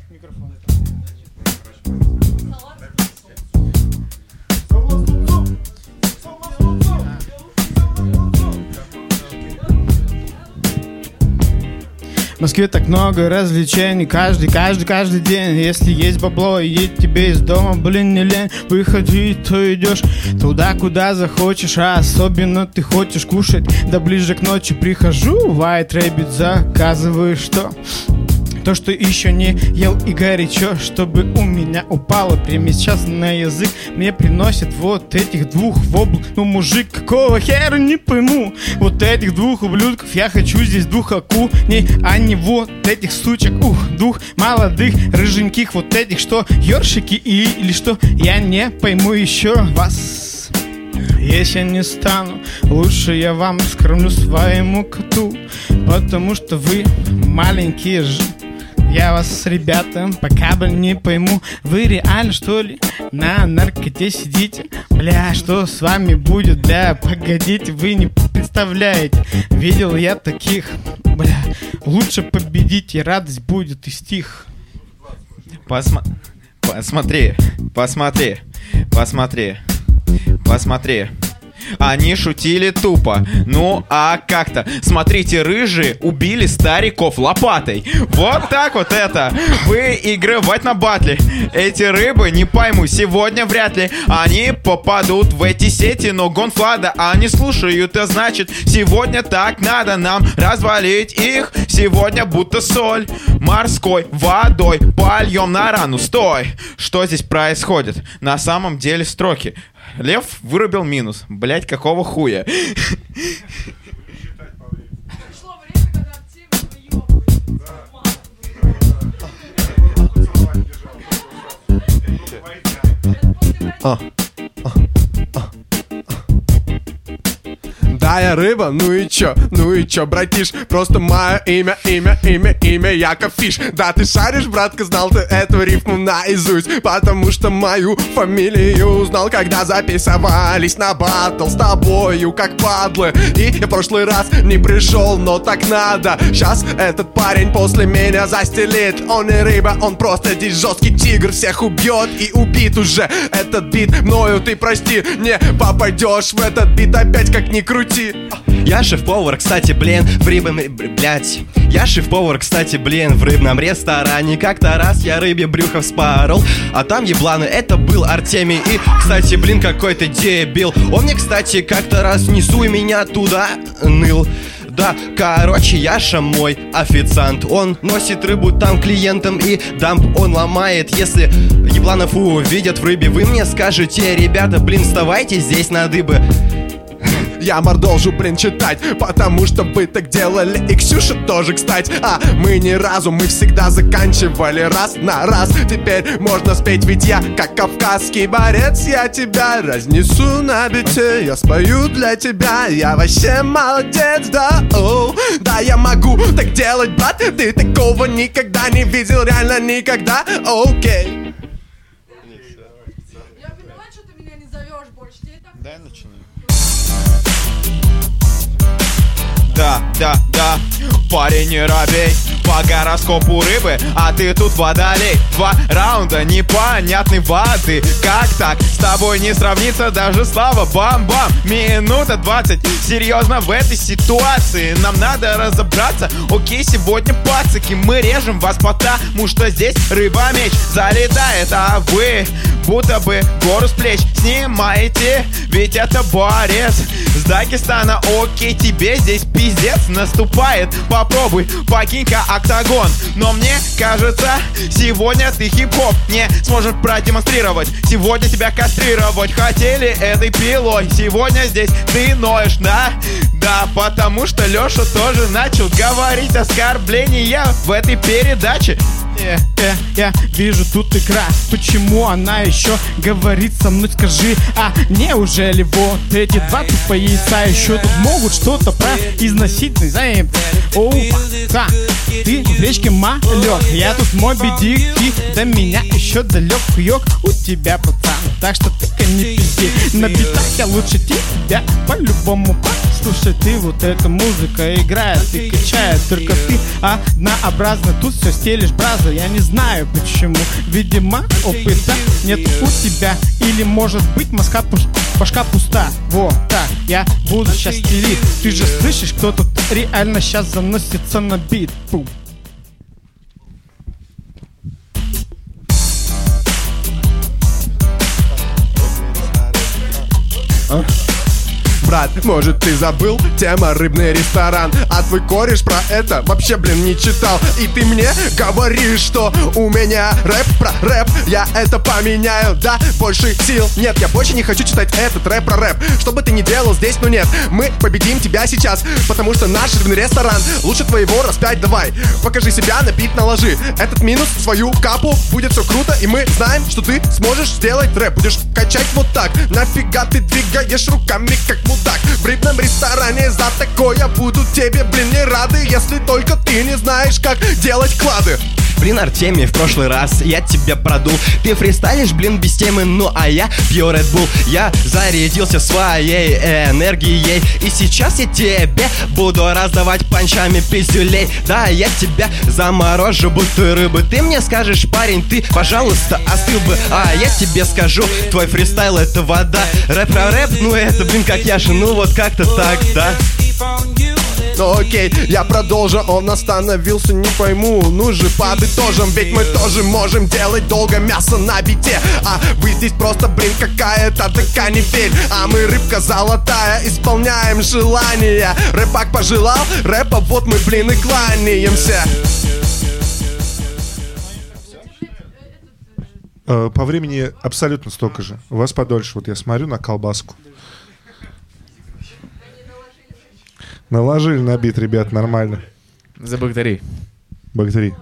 В Москве так много развлечений, каждый, каждый, каждый день. Если есть бабло и едет тебе из дома, блин, не лень выходить, то идешь туда, куда захочешь. А особенно ты хочешь кушать, да ближе к ночи прихожу, White Rabbit заказываю, что? То, что еще не ел и горячо, чтобы у меня упало прямо сейчас на язык. Мне приносят вот этих двух воблок. Ну, мужик, какого хера, не пойму. Вот этих двух ублюдков я хочу здесь двух окуней, а не вот этих сучек. Ух, двух молодых, рыженьких, вот этих, что ёршики или, или что, я не пойму еще вас. Если я не стану, лучше я вам скормлю своему коту, потому что вы маленькие же. Я вас, ребята, пока бы не пойму, вы реально, что ли, на наркоте сидите? Бля, что с вами будет, бля, погодите, вы не представляете. Видел я таких, бля, лучше победите, радость будет и стих. Посма... Посмотри, посмотри, посмотри, посмотри. Они шутили тупо, ну а как-то. Смотрите, рыжие убили стариков лопатой. Вот так вот это выигрывать на батле. Эти рыбы, не пойму, сегодня вряд ли они попадут в эти сети. Но гонфлада они слушают, а значит сегодня так надо нам развалить их. Сегодня будто соль морской водой польем на рану. Стой! Что здесь происходит? На самом деле строки. Лев вырубил минус. Блять, какого хуя? А, а, а. Да, я рыба, ну и чё, ну и чё, братиш? Просто мое имя, имя, имя, имя Яков Фиш. Да, ты шаришь, братка, знал ты эту рифму наизусть, потому что мою фамилию узнал, когда записывались на баттл с тобою, как падлы. И я в прошлый раз не пришел, но так надо. Сейчас этот парень после меня застелит. Он не рыба, он просто здесь жесткий тигр, всех убьет и убит уже. Этот бит мною ты, прости, не попадешь в этот бит опять, как ни крути. Я шеф-повар, кстати, блин, в рыбном... Блять. Я шеф-повар, кстати, блин, в рыбном ресторане. Как-то раз я рыбе брюхо вспорол, а там ебланы, это был Артемий. И, кстати, блин, какой-то дебил. Он мне, кстати, как-то раз внизу меня туда ныл. Да, короче, Яша мой официант. Он носит рыбу там клиентам и дамп он ломает. Если ебланов увидят в рыбе, вы мне скажете: ребята, блин, вставайте здесь на дыбы. я продолжу, блин, читать, потому что вы так делали, и Ксюша тоже, кстати. А мы ни разу, мы всегда заканчивали раз на раз. Теперь можно спеть, ведь я, как кавказский борец, я тебя разнесу на бите, я спою для тебя, я вообще молодец, да, оу. Да, я могу так делать, брат, ты такого никогда не видел, реально никогда, окей. Я поняла, что ты меня не зовешь больше. Дай начинай. Да, да, да, парень не робей, по гороскопу рыбы, а ты тут водолей. Два раунда непонятной воды, как так? С тобой не сравнится даже слава, бам-бам. Минута двадцать, серьезно в этой ситуации нам надо разобраться. Окей, сегодня пацаки, мы режем вас, потому что здесь рыба-меч залетает, а вы будто бы гору с плеч снимаете, ведь это борец с Дагестана. Окей, тебе здесь пиздец наступает, попробуй, покинь-ка октагон. Но мне кажется, сегодня ты хип-хоп не сможешь продемонстрировать. Сегодня тебя кастрировать хотели этой пилой. Сегодня здесь ты ноешь, да? Да, потому что Леша тоже начал говорить оскорбления в этой передаче. Э, э, я вижу тут игра. Почему она еще говорит со мной, скажи? А неужели вот эти два тупые яйца еще тут могут что-то произносить? Оу, да, ты в речке малек, я тут Моби Дик, и до меня еще далек хуёк у тебя, пацан. Так что ты не пизди, на битах я лучше тебя по-любому. Слушай, ты вот эта музыка играет и качает, только ты однообразно тут все стелишь, браза. Я не знаю почему, видимо опыта нет у тебя, или может быть мозга пуш... башка пуста. Вот так, я буду сейчас стелить. Ты же слышишь, кто тут реально сейчас заносится на бит. Пум. А? Брат, может ты забыл? Тема рыбный ресторан. А твой кореш про это вообще, блин, не читал. И ты мне говоришь, что у меня рэп про рэп. Я это поменяю, да, больше сил нет. Я больше не хочу читать этот рэп про рэп. Что бы ты ни делал здесь, ну нет. Мы победим тебя сейчас, потому что наш рыбный ресторан лучше твоего раз пять давай. Покажи себя, на бит наложи. Этот минус в свою капу, будет все круто. И мы знаем, что ты сможешь сделать рэп. Будешь качать вот так. Нафига ты двигаешь руками, как мудак? В рыбном ресторане за такое будут тебе, блин, не рады, если только ты не знаешь, как делать клады. Блин, Артемий, в прошлый раз я тебя продул. Ты фристайлишь, блин, без темы, ну а я пью Red Bull. Я зарядился своей энергией, и сейчас я тебе буду раздавать панчами пиздюлей. Да, я тебя заморожу, будто рыбы. Ты мне скажешь, парень, ты, пожалуйста, остыл бы. А я тебе скажу, твой фристайл это вода. Рэп про рэп, ну это, блин, как я же, ну вот как-то так, да. Ну окей, я продолжу, он остановился, не пойму. Ну же подытожим, ведь мы тоже можем делать долго мясо на бите. А вы здесь просто, блин, какая-то такая нефель. А мы рыбка золотая, исполняем желания. Рэпак пожелал рэпа, вот мы, блин, и кланяемся. По времени абсолютно столько же. У вас подольше. Вот я смотрю на колбаску. Наложили на бит, ребят, нормально. За бактерий. Бактерий.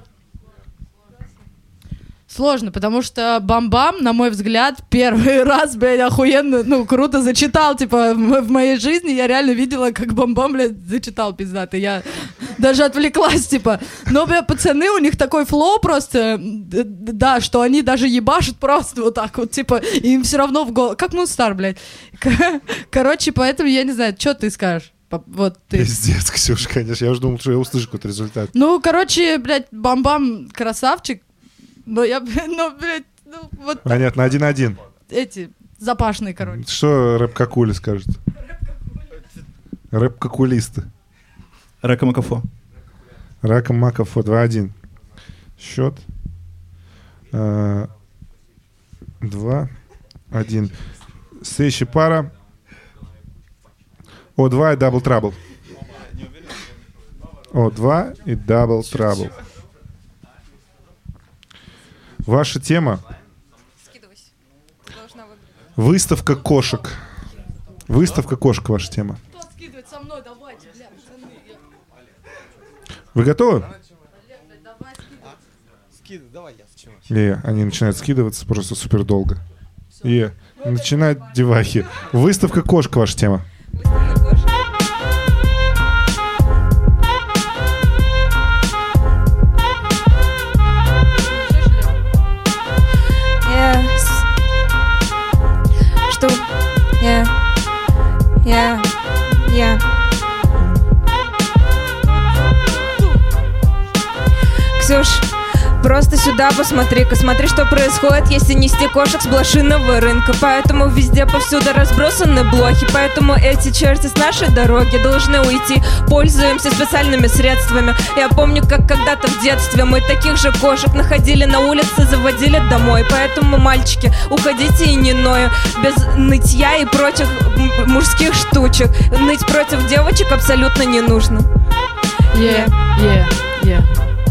Сложно, потому что Бам-Бам, на мой взгляд, первый раз, блядь, охуенно, ну, круто зачитал, типа, в, в моей жизни я реально видела, как Бам-Бам, блядь, зачитал пиздатый, я даже отвлеклась, типа, но, блядь, пацаны, у них такой флоу просто, да, что они даже ебашут просто вот так вот, типа, им все равно в голову, как Мунстар, блядь, короче, поэтому я не знаю, что ты скажешь? Вот ты. Пиздец, Ксюша, конечно, я уже думал, что я услышу какой-то результат. Ну, короче, блядь, Бам-Бам красавчик. Но я, ну, блядь, ну, вот... Понятно, один-один. Эти, запашные, короче. Что рэп-какули скажет? Рэп-какулисты. Рэкомакафо. Рэкомакафо, два-один. Счет. два-один. Следующая пара. О два и Double Trouble. О два и Double Trouble. Ваша тема. Выставка кошек. Выставка кошек, ваша тема. Вы готовы? Давай я сначала. И они начинают скидываться просто супер долго. И начинают девахи. Выставка кошка ваша тема. Yes. Что? Я. Я. Я. Ксюш, просто сюда посмотри-ка, смотри, что происходит, если нести кошек с блошиного рынка. Поэтому везде повсюду разбросаны блохи, поэтому эти черти с нашей дороги должны уйти. Пользуемся специальными средствами. Я помню, как когда-то в детстве мы таких же кошек находили на улице, заводили домой. Поэтому, мальчики, уходите и не ною, без нытья и прочих м- мужских штучек. Ныть против девочек абсолютно не нужно. Yeah, yeah, yeah.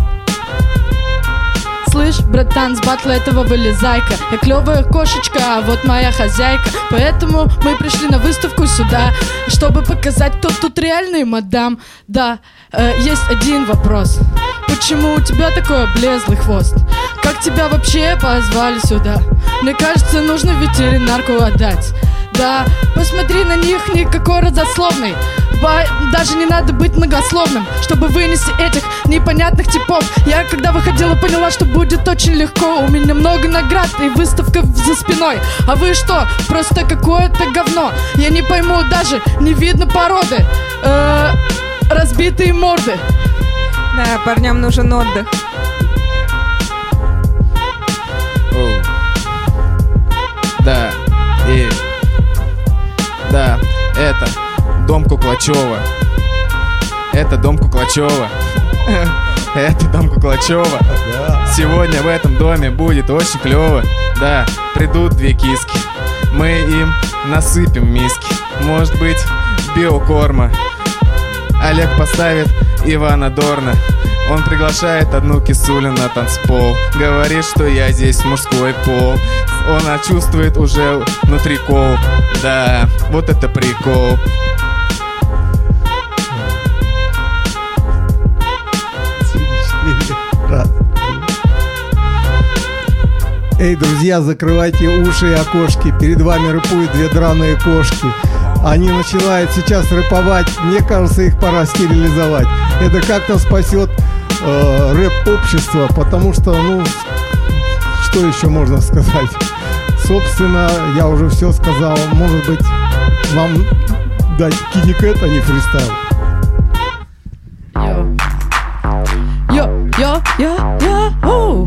Слышь, братан, с батла этого вылезай-ка. Я клевая кошечка, а вот моя хозяйка. Поэтому мы пришли на выставку сюда, чтобы показать, кто тут реальный мадам. Да, э, есть один вопрос. Почему у тебя такой облезлый хвост? Как тебя вообще позвали сюда? Мне кажется, нужно ветеринарку отдать. Да, посмотри на них, никакой родословный. Ба- даже не надо быть многословным, чтобы вынести этих непонятных типов. Я когда выходила, поняла, что будет очень легко. У меня много наград и выставка за спиной. А вы что, просто какое-то говно? Я не пойму, даже не видно породы. Э-э- разбитые морды. Да, парням нужен отдых. Оу. Да, и... Да, это дом Куклачева. Это дом Куклачева. Это дом Куклачева. Сегодня в этом доме будет очень клево. Да, придут две киски. Мы им насыпем миски. Может быть, биокорма. Олег поставит Ивана Дорна. Он приглашает одну кисулю на танцпол. Говорит, что я здесь мужской пол. Он чувствует уже внутри кол. Да, вот это прикол. Эй, друзья, закрывайте уши и окошки. Перед вами рэпуют две драные кошки. Они начинают сейчас рэповать. Мне кажется, их пора стерилизовать. Это как-то спасет э, рэп-общество, потому что, ну, что еще можно сказать? Собственно, я уже все сказал. Может быть, вам дать кидикэт, а не фристайл? Йо, йо, йо, йо, оу.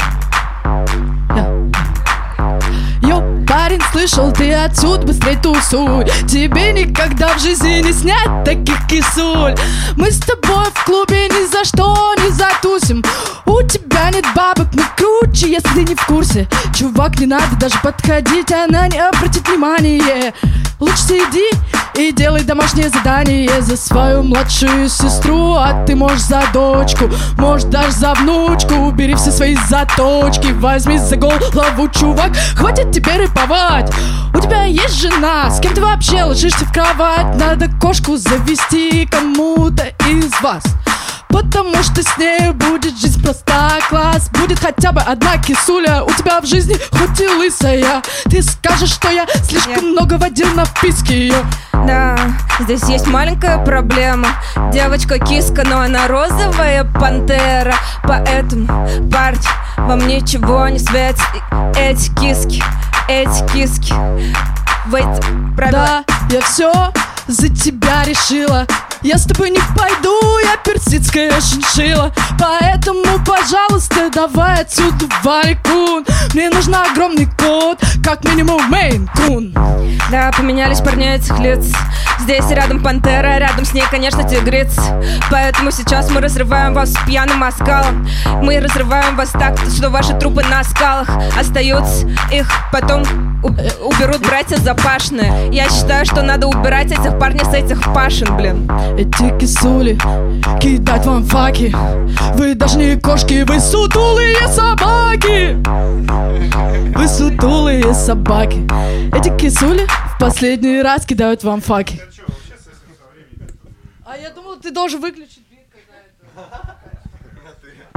Йо, парень, слышал, ты отсюда быстрей тусуй. Тебе никогда в жизни не снять таких кисуль. Мы с тобой в клубе ни за что не затусим. У тебя нет бабок, мы круче, если не в курсе. Чувак, не надо даже подходить, она не обратит внимания. Лучше сиди и делай домашнее задание за свою младшую сестру. А ты можешь за дочку, можешь даже за внучку. Убери все свои заточки, возьми за голову, чувак. Хватит тебе рэповать. У тебя есть жена, с кем ты вообще ложишься в кровать? Надо кошку завести кому-то из вас, потому что с ней будет жизнь проста, класс. Будет хотя бы одна кисуля у тебя в жизни, хоть и лысая. Ты скажешь, что я слишком Нет. много водил на вписки ее. Да, здесь есть маленькая проблема. Девочка-киска, но она розовая пантера. Поэтому, парни, вам ничего не светит. Эти киски, эти киски. Вы правила... Да, я все за тебя решила. Я с тобой не пойду, я персидская шиншилла. Поэтому, пожалуйста, давай отсюда валикун. Мне нужен огромный кот, как минимум мейн-кун. Да, поменялись парни этих лиц. Здесь рядом пантера, рядом с ней, конечно, тигрица. Поэтому сейчас мы разрываем вас пьяным оскалом. Мы разрываем вас так, что ваши трупы на скалах остаются. Их потом у- уберут братья запашные. Я считаю, что надо убирать этих парней с этих пашин, блин. Эти кисули кидать вам факи. Вы даже не кошки, вы сутулые собаки. Вы сутулые собаки. Эти кисули в последний раз кидают вам факи. А я думал, ты должен выключить бит, когда это...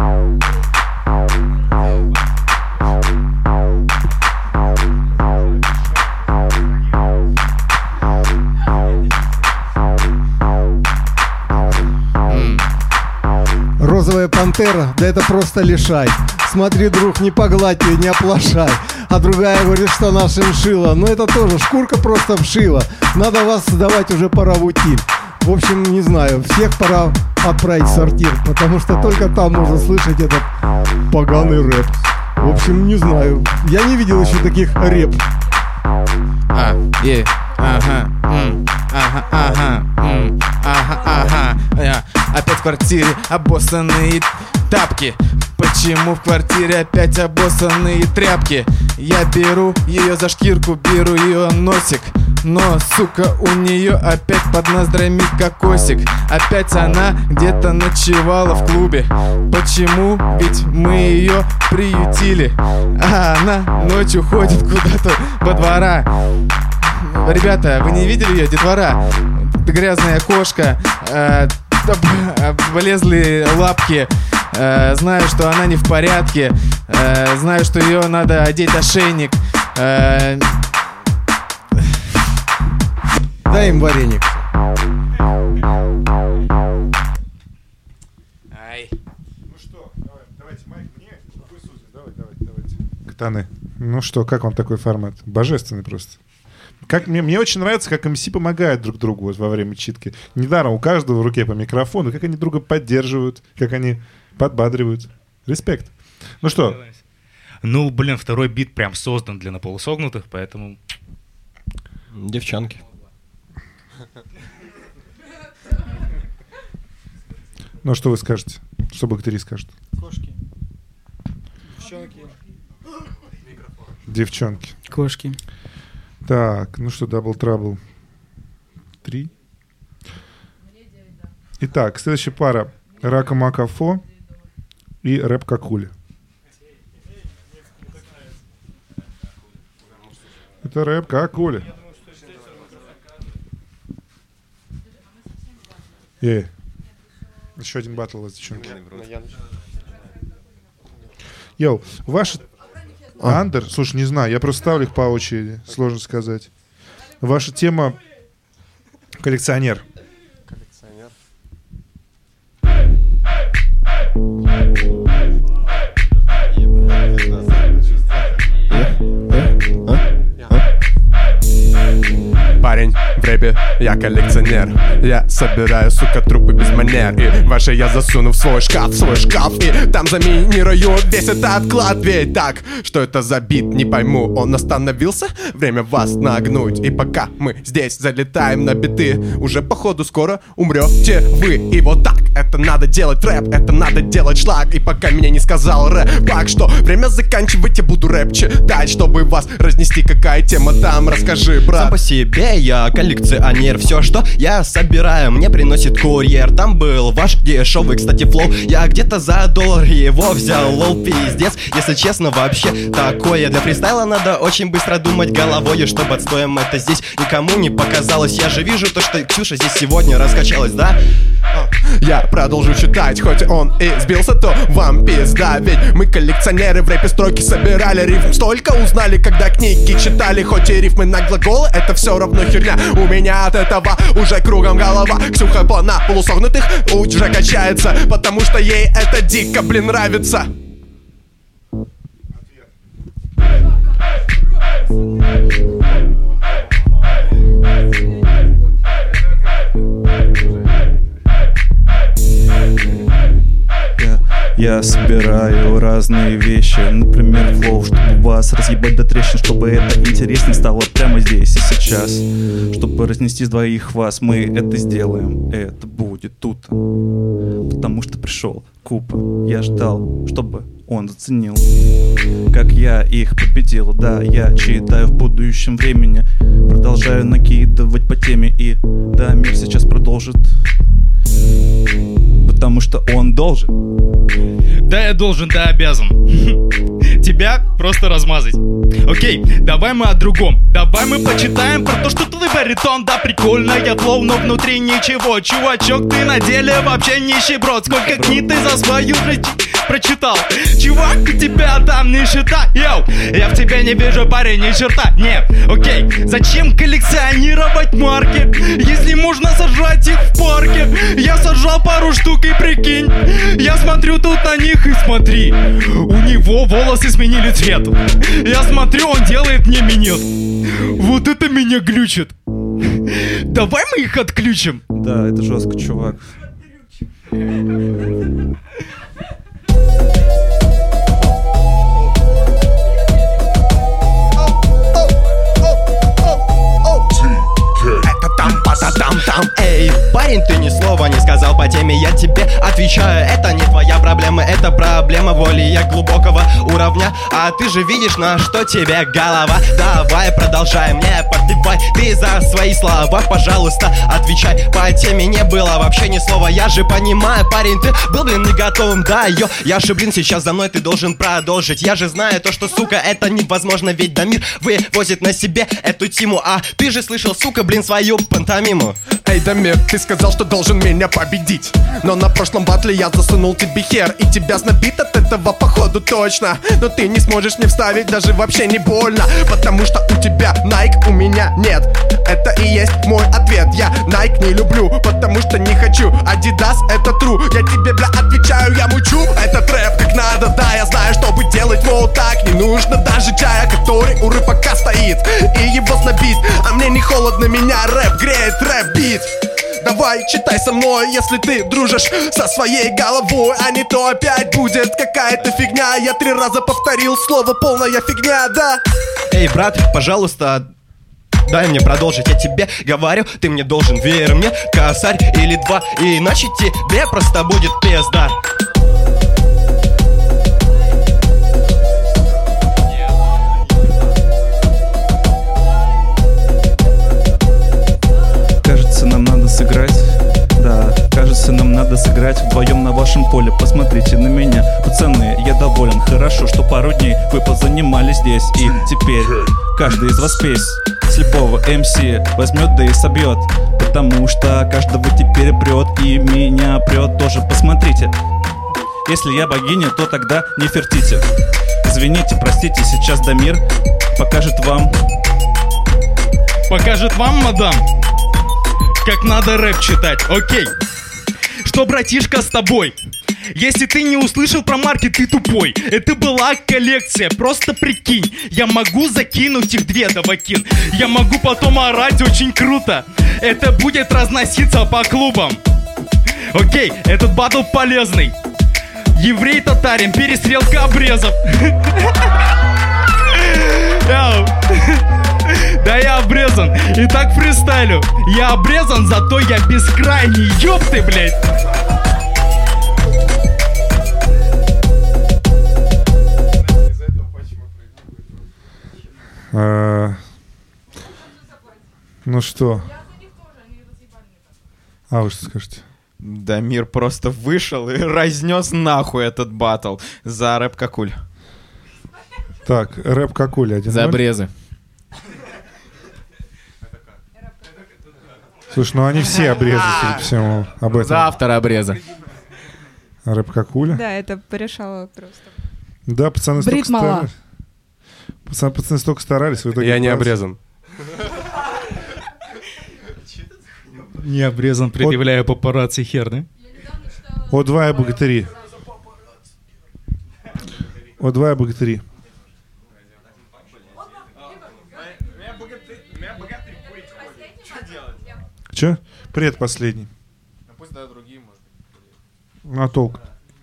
Розовая пантера, да это просто лишай. Смотри, друг, не погладь ее, не оплошай. А другая говорит, что она шиншила. Но это тоже шкурка просто вшила. Надо вас сдавать, уже пора в утиль. В общем, не знаю, всех пора отправить в сортир, потому что только там можно слышать этот поганый рэп. В общем, не знаю, я не видел еще таких рэп. А, е, ага, м, ага, ага, м, ага, ага, я. Опять в квартире обоссанные тапки. Почему в квартире опять обоссанные тряпки? Я беру ее за шкирку, беру ее носик. Но, сука, у нее опять под ноздрями кокосик. Опять она где-то ночевала в клубе. Почему? Ведь мы ее приютили. А она ночью ходит куда-то во двора. Ребята, вы не видели ее, детвора? Грязная кошка, э, влезли лапки. Э, знаю, что она не в порядке. Э, знаю, что ее надо одеть ошейник. Э, Дай им вареник. Ай. Ну что, давай, давайте майк мне, вы судьи, давай, давай, давайте. Катаны. Ну что, как вам такой формат? Божественный просто. Как, мне, мне очень нравится, как эм си помогают друг другу вот во время читки. Недаром у каждого в руке по микрофону, как они друга поддерживают, как они подбадривают. Респект. Ну что? Ну, блин, второй бит прям создан для наполусогнутых, поэтому... Девчонки. Ну, что вы скажете? Что бактерии скажут? Кошки. Девчонки. Девчонки. Кошки. Так, ну что, Double Trouble. Три. Итак, следующая пара. Рака Мака Фо и Рэп Какули. Это Рэп Какули. Эй. Еще один батл у вас, девчонки. Йоу, ваши... Андер? Слушай, не знаю, я просто ставлю их по очереди. Сложно сказать. Ваша тема коллекционер. Коллекционер. Парень в рэпе, я коллекционер. Я собираю, сука, трупы без манер. И ваши я засуну в свой шкаф, в свой шкаф. И там заминирую весь этот клад. Ведь так, что это за бит, не пойму. Он остановился? Время вас нагнуть. И пока мы здесь залетаем на биты, уже походу скоро умрете вы. И вот так, это надо делать рэп, это надо делать шлаг. И пока меня не сказал рэп, так что время заканчивать, я буду рэп читать, чтобы вас разнести. Какая тема там, расскажи, брат. Сам по себе я коллекционер. Все, что я собираю, мне приносит курьер. Там был ваш дешевый, кстати, флоу. Я где-то за доллар его взял. Лол, пиздец, если честно, вообще такое. Для фристайла надо очень быстро думать головой, чтобы отстоем это здесь никому не показалось. Я же вижу то, что Ксюша здесь сегодня раскачалась, да? Я продолжу читать, хоть он и сбился, то вам пизда. Ведь мы коллекционеры, в рэпе строки собирали. Рифм столько узнали, когда книги читали. Хоть и рифмы на глаголы, это все равно херня. У меня от этого уже кругом голова. Ксюха по на полусогнутых уже качается, потому что ей это дико, блин, нравится. Я собираю разные вещи, например, флоу, чтобы вас разъебать до трещин, чтобы это интереснее стало прямо здесь и сейчас. Чтобы разнести с двоих вас, мы это сделаем, это будет тут. Потому что пришел Купа, я ждал, чтобы он заценил, как я их победил. Да, я читаю в будущем времени, продолжаю накидывать по теме. И да, мир сейчас продолжит, потому что он должен. Да, я должен, да, обязан тебя просто размазать. Окей, давай мы о другом. Давай мы почитаем про то, что твой баритон. Да, прикольная флоу, но внутри ничего. Чувачок, ты на деле вообще нищеброд. Сколько книг ты за свою жизнь прочитал. Чувак, у тебя там нищета. Йоу, я в тебе не вижу, парень, ни черта. Нет, окей, зачем коллекционировать марки, если можно сажать их в парке? Я сажал пару штук и прикинь, я смотрю тут на них и смотри, у него волосы сменили цвет. Я смотрю, он делает мне минет. Вот это меня глючит. Давай мы их отключим. Да, это жестко, чувак. Там-там-там, эй, парень, ты ни слова не сказал по теме, я тебе отвечаю, это не твоя проблема, это проблема воли, я глубокого уровня, а ты же видишь, на что тебе голова. Давай продолжаем, не подпевай, ты за свои слова, пожалуйста, отвечай. По теме не было вообще ни слова, я же понимаю, парень, ты был, блин, не готовым, да, йо, я же, блин, сейчас за мной, ты должен продолжить. Я же знаю то, что, сука, это невозможно, ведь Дамир вывозит на себе эту тему, а ты же слышал, сука, блин, свою пантомиму. Эй, Дамир, ты сказал, что должен меня победить, но на прошлом батле я засунул тебе хер, и тебя знобит от этого походу точно. Но ты не сможешь мне вставить, даже вообще не больно, потому что у тебя Nike, у меня нет. Это и есть мой ответ. Я Nike не люблю, потому что не хочу. Adidas это true, я тебе, бля, отвечаю, я мучу этот рэп как надо, да, я знаю, чтобы делать, мол, так не нужно даже чая, который у рыбака стоит, и его знобит, а мне не холодно, меня рэп греет, рэп-бит. Давай, читай со мной, если ты дружишь со своей головой, а не то опять будет какая-то фигня. Я три раза повторил слово полная фигня, да. Эй, брат, пожалуйста, дай мне продолжить, я тебе говорю, ты мне должен, верь мне, косарь или два, иначе тебе просто будет пизда. Кажется, нам надо сыграть, да, кажется, нам надо сыграть вдвоем на вашем поле. Посмотрите на меня, пацаны, я доволен. Хорошо, что пару дней вы позанимались здесь, и теперь каждый из вас песен с любого эм си возьмет, да и собьет, потому что каждого теперь прет, и меня прет тоже. Посмотрите, если я богиня, то тогда не фертите. Извините, простите, сейчас Дамир покажет вам. Покажет вам, мадам, как надо рэп читать, окей. Что, братишка, с тобой? Если ты не услышал про марки, ты тупой. Это была коллекция, просто прикинь. Я могу закинуть их две, давакин. Я могу потом орать очень круто. Это будет разноситься по клубам. Окей, этот батл полезный. Еврей-татарин, перестрелка обрезов. Да я обрезан, и так фристайлю. Я обрезан, зато я бескрайний. Ёб ты, блядь. А, ну что? А вы что скажете? Дамир просто вышел и разнес нахуй этот батл за рэп Какуль. Так, рэп Какуль один. За обрезы. Слушай, ну они все обрезы, судя по всему, об этом. За автора обреза. Рэп Какуля? Да, это порешало просто. Да, пацаны столько Брит мала. старались. Пацаны, пацаны столько старались, в итоге... Я не класс. обрезан. Не обрезан, предъявляю папарацци хер, да? О два и богатыри. О два и богатыри. Че? Предпоследний. Ну пусть да, другие, может. На толк.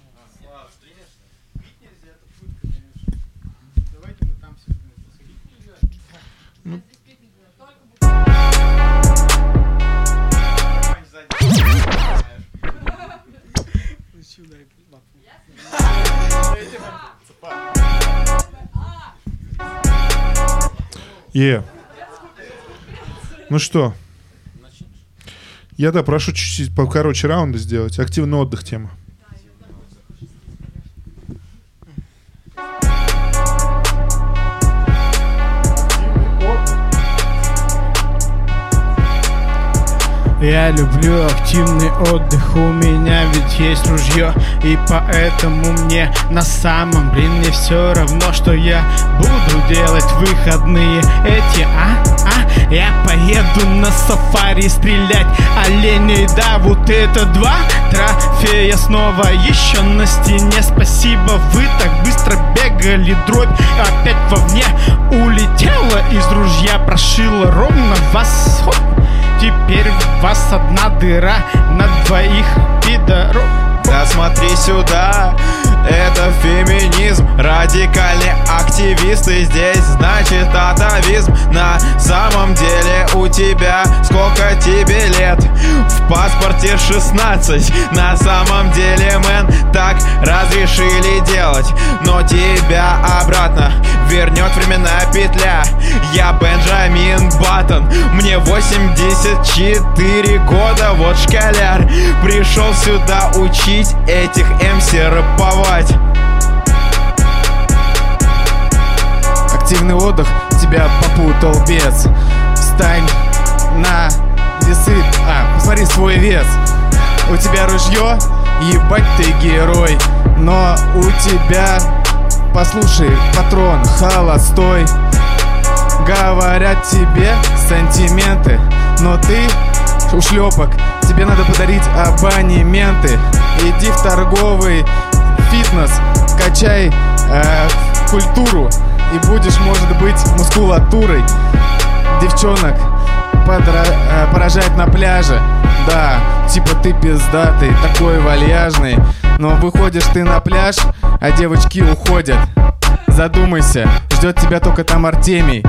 Е. Ну что? Я, да, прошу чуть-чуть покороче раунды сделать. Активный отдых тема. Я люблю активный отдых, у меня ведь есть ружье. И поэтому мне на самом, блин, мне все равно, что я буду делать в выходные эти, а? А? Я поеду на сафари стрелять оленей, да, вот это два трофея снова еще на стене. Спасибо, вы так быстро бегали, дробь опять вовне улетела из ружья, прошила ровно вас. Хоп. Теперь у вас одна дыра на двоих, пидоров. Да смотри сюда, это феминизм. Радикальные активисты здесь, значит атовизм. На самом деле у тебя сколько тебе лет? В паспорте шестнадцать. На самом деле, мэн, так разрешили делать. Но тебя обратно вернет временная петля. Я Бенджамин Баттон, мне восемьдесят четыре года. Вот школяр, пришел сюда учить этих эм си рэповать. Активный отдых тебя попутал без. Встань на весы, а, посмотри свой вес. У тебя ружье, ебать ты герой. Но у тебя, послушай, патрон холостой. Говорят тебе сантименты, но ты ушлепок, тебе надо подарить абонементы. Иди в торговый фитнес, качай э, культуру, и будешь, может быть, мускулатурой девчонок подра- э, поражать на пляже. Да, типа ты пиздатый, такой вальяжный, но выходишь ты на пляж, а девочки уходят. Задумайся, ждет тебя только там Артемий.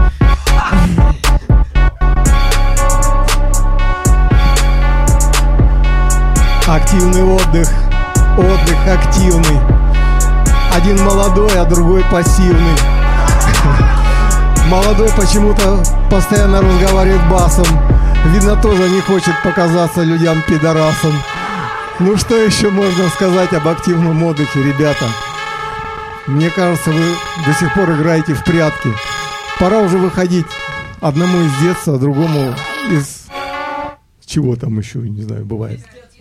Активный отдых, отдых активный. Один молодой, а другой пассивный. Молодой почему-то постоянно разговаривает басом. Видно, тоже не хочет показаться людям пидорасом. Ну что еще можно сказать об активном отдыхе, ребята? Мне кажется, вы до сих пор играете в прятки. Пора уже выходить. Одному из детства, другому из... Чего там еще, не знаю, бывает.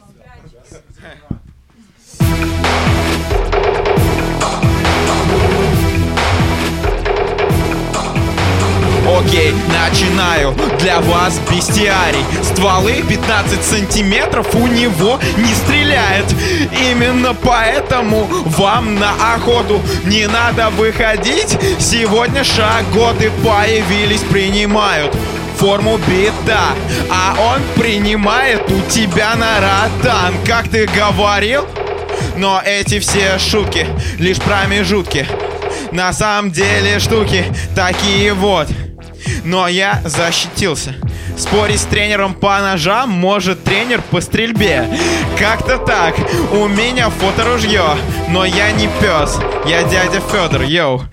Окей, начинаю для вас бестиарий. Стволы пятнадцать сантиметров у него не стреляет. Именно поэтому вам на охоту не надо выходить. Сегодня шаготы появились, принимают форму бита, а он принимает у тебя на ротан, как ты говорил. Но эти все шутки лишь промежутки. На самом деле штуки такие вот. Но я защитился. Спорить с тренером по ножам может тренер по стрельбе. Как-то так. У меня фоторужье, но я не пес. Я дядя Федор, йоу.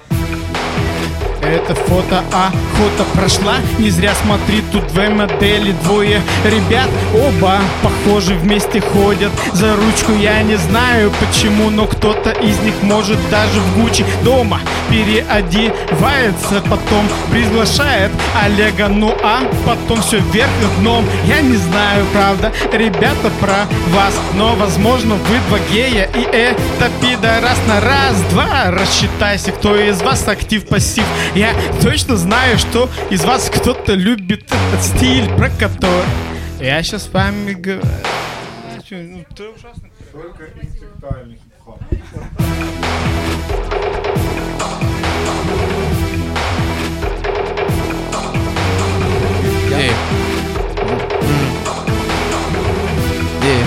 Это фото охота прошла. Не зря смотри, тут две модели, двое ребят. Оба похожи, вместе ходят за ручку. Я не знаю почему, но кто-то из них может даже в Гуччи дома переодевается, потом приглашает Олега, ну а потом все вверх дном. Я не знаю, правда, ребята, про вас, но возможно вы два гея, и это пидорас на раз-два. Рассчитайся, кто из вас актив-пассив. Я точно знаю, что из вас кто-то любит этот стиль, про который я сейчас с вами говорю. Ну, ты ужасно. Только интеллектуальный хип-хоп. Эй. Эй.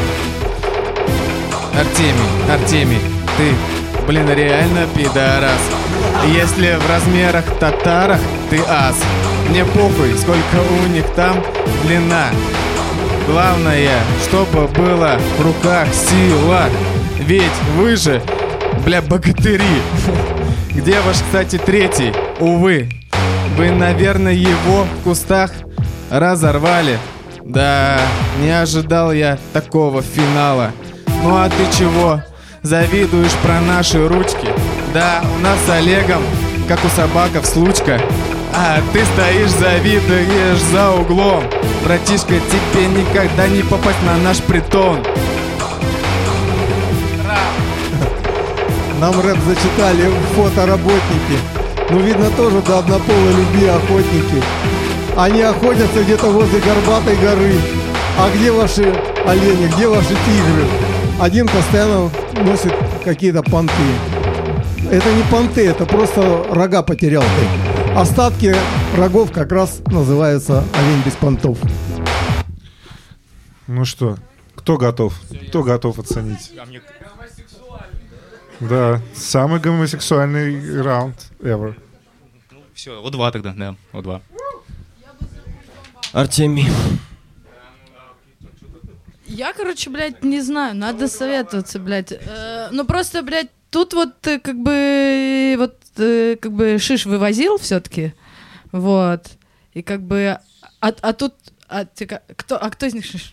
Артемий, Артемий, ты, блин, реально пидорас. Если в размерах татарах ты ас, мне похуй, сколько у них там длина. Главное, чтобы было в руках сила. Ведь вы же, бля, богатыри. Где ваш, кстати, третий? Увы, вы, наверное, его в кустах разорвали. Да, не ожидал я такого финала. Ну а ты чего? Завидуешь про наши ручки? Да, у нас с Олегом, как у собаков, случка. А ты стоишь, завидуешь за углом. Братишка, тебе никогда не попасть на наш притон. Нам рэп зачитали фотоработники. Ну, видно, тоже до однополой любви охотники. Они охотятся где-то возле Горбатой горы. А где ваши олени, где ваши тигры? Один постоянно носит какие-то понты. Это не понты, это просто рога потерял ты. Остатки рогов как раз называются олень без понтов. Ну что, кто готов? Кто готов оценить? Да, самый гомосексуальный раунд ever. Все, о два тогда, да, о два. Артемий. Я, короче, блядь, не знаю, надо советоваться, блядь. Э, ну просто, блядь, тут вот э, как бы вот э, как бы шиш вывозил все-таки, вот, и как бы, а, а тут, а, тика, кто, а кто из них шиш?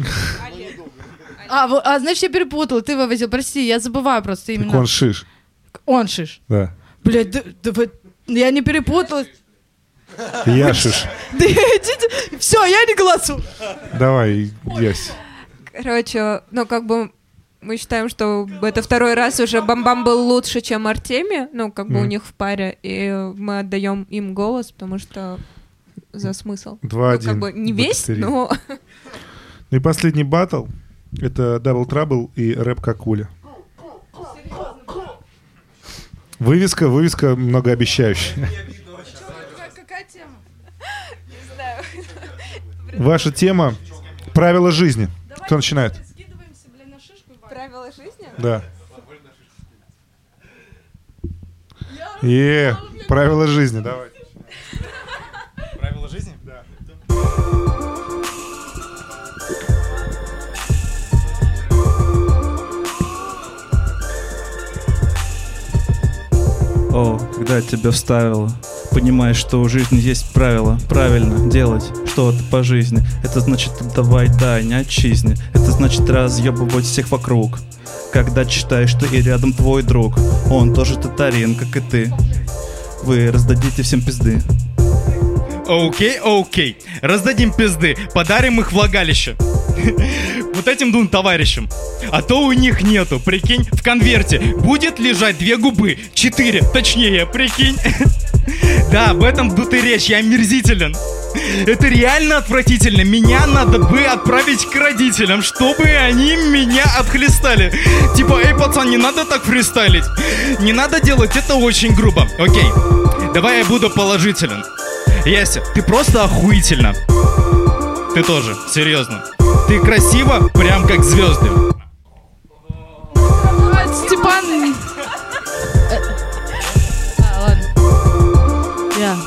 А, вот, а, значит, я перепутала, ты вывозил, прости, я забываю просто именно. Так он шиш. Он шиш. Да. Блядь, да, да, вы- я не перепутала. Я шиш. Да идите, все, я не голосую. Давай, Ясь. Короче, ну как бы мы считаем, что это второй раз уже Бам-Бам был лучше, чем Артемий, ну как бы Мгм. у них в паре, и мы отдаем им голос, потому что за смысл. Два-один. Ну, как бы не весь, Богатыри. но... Ну и последний баттл — это Double Trouble и рэп Какуля. Вывеска, вывеска многообещающая. Какая тема? Не знаю. Ваша тема — правила жизни. Кто начинает? Правила жизни? Да. Е, правила жизни, давай. Правила жизни? Да. О, когда тебя вставило, понимаешь, что у жизни есть правила. Правильно делать что-то по жизни. Это значит давай, да, не отчизне. Это значит разъебывать всех вокруг. Когда читаешь, что и рядом твой друг, он тоже татарин, как и ты. Вы раздадите всем пизды. Окей, окей. Раздадим пизды, подарим их влагалище. Вот этим двум товарищам. А то у них нету, прикинь, в конверте будет лежать две губы, четыре, точнее, прикинь. Да, об этом тут и речь, я омерзителен. Это реально отвратительно. Меня надо бы отправить к родителям, чтобы они меня отхлестали. Типа, эй, пацан, не надо так фристайлить. Не надо делать, это очень грубо. Окей, давай я буду положителен. Яся, ты просто охуительно. Ты тоже, серьезно. Ты красива, прям как звезды. Степан... Э, а, ладно. Я.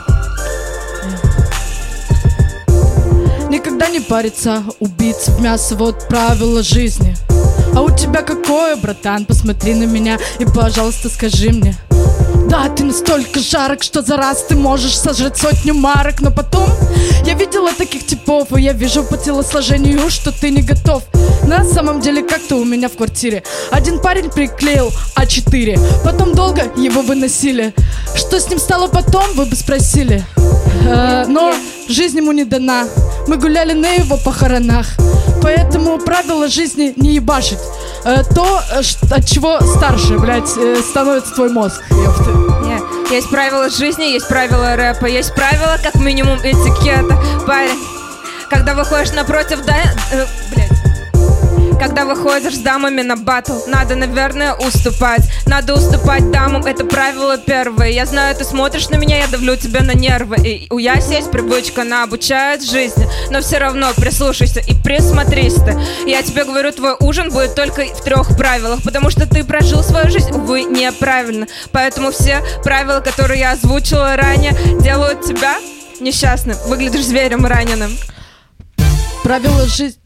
Я. Никогда не париться, убийца в мясо, вот правила жизни. А у тебя какое, братан? Посмотри на меня и, пожалуйста, скажи мне. Да, ты настолько жарок, что за раз ты можешь сожрать сотню марок. Но потом я видела таких типов, и я вижу по телосложению, что ты не готов. На самом деле как-то у меня в квартире один парень приклеил а четыре. Потом долго его выносили. Что с ним стало потом, вы бы спросили. э, Но жизнь ему не дана. Мы гуляли на его похоронах. Поэтому правило жизни не ебашить э, то, э, ш- от чего старше, блядь, э, становится твой мозг. Ёпты. Нет, есть правила жизни, есть правила рэпа, есть правила, как минимум, этикета. Парень, когда выходишь напротив, да... Э, блядь. Когда выходишь с дамами на батл, надо, наверное, уступать. Надо уступать дамам, это правило первое. Я знаю, ты смотришь на меня, я давлю тебя на нервы. И у Яси есть привычка, она обучает жизни. Но все равно прислушайся и присмотрись ты. Я тебе говорю, твой ужин будет только в трех правилах. Потому что ты прожил свою жизнь, увы, неправильно. Поэтому все правила, которые я озвучила ранее, делают тебя несчастным. Выглядишь зверем раненым. Правила жизни...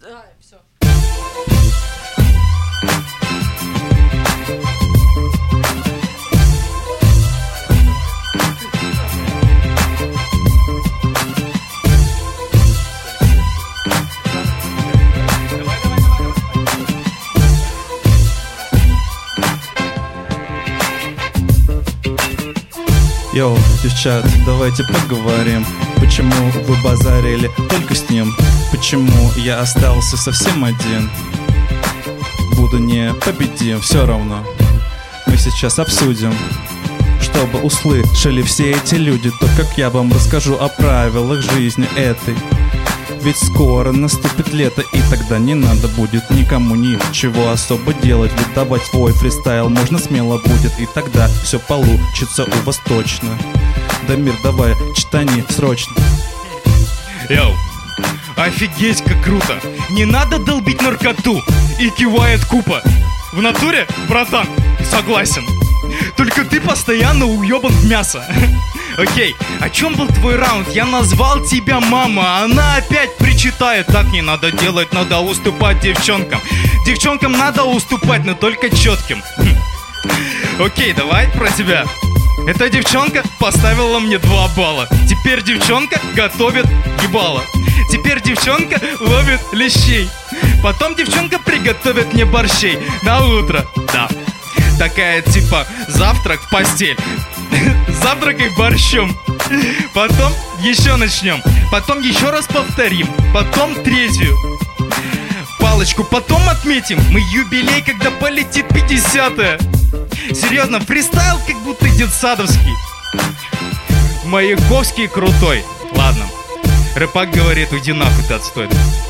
Йоу, девчат, давайте поговорим. Почему вы базарили только с ним? Почему я остался совсем один? Буду не победим, все равно. Мы сейчас обсудим, чтобы услышали все эти люди то, как я вам расскажу о правилах жизни этой. Ведь скоро наступит лето, и тогда не надо будет никому ничего особо делать. Выдавать свой фристайл можно смело будет, и тогда все получится у вас точно. Дамир, давай, читани срочно. Йоу, офигеть, как круто. Не надо долбить наркоту. И кивает Купа. В натуре, братан, согласен. Только ты постоянно уебан в мясо. Окей, о чем был твой раунд? Я назвал тебя мама. Она опять причитает. Так не надо делать, надо уступать девчонкам. Девчонкам надо уступать, но только четким. Окей, давай про тебя. Эта девчонка поставила мне два балла. Теперь девчонка готовит ебало. Теперь девчонка ловит лещей. Потом девчонка приготовит мне борщей на утро. Да, такая типа завтрак в постель. Завтракай борщом. Потом еще начнем. Потом еще раз повторим. Потом третью палочку потом отметим. Мы юбилей, когда полетит пятидесятая. Серьезно, фристайл как будто детсадовский. Маяковский крутой. Ладно, рэпак говорит, уйди нахуй, ты отстой.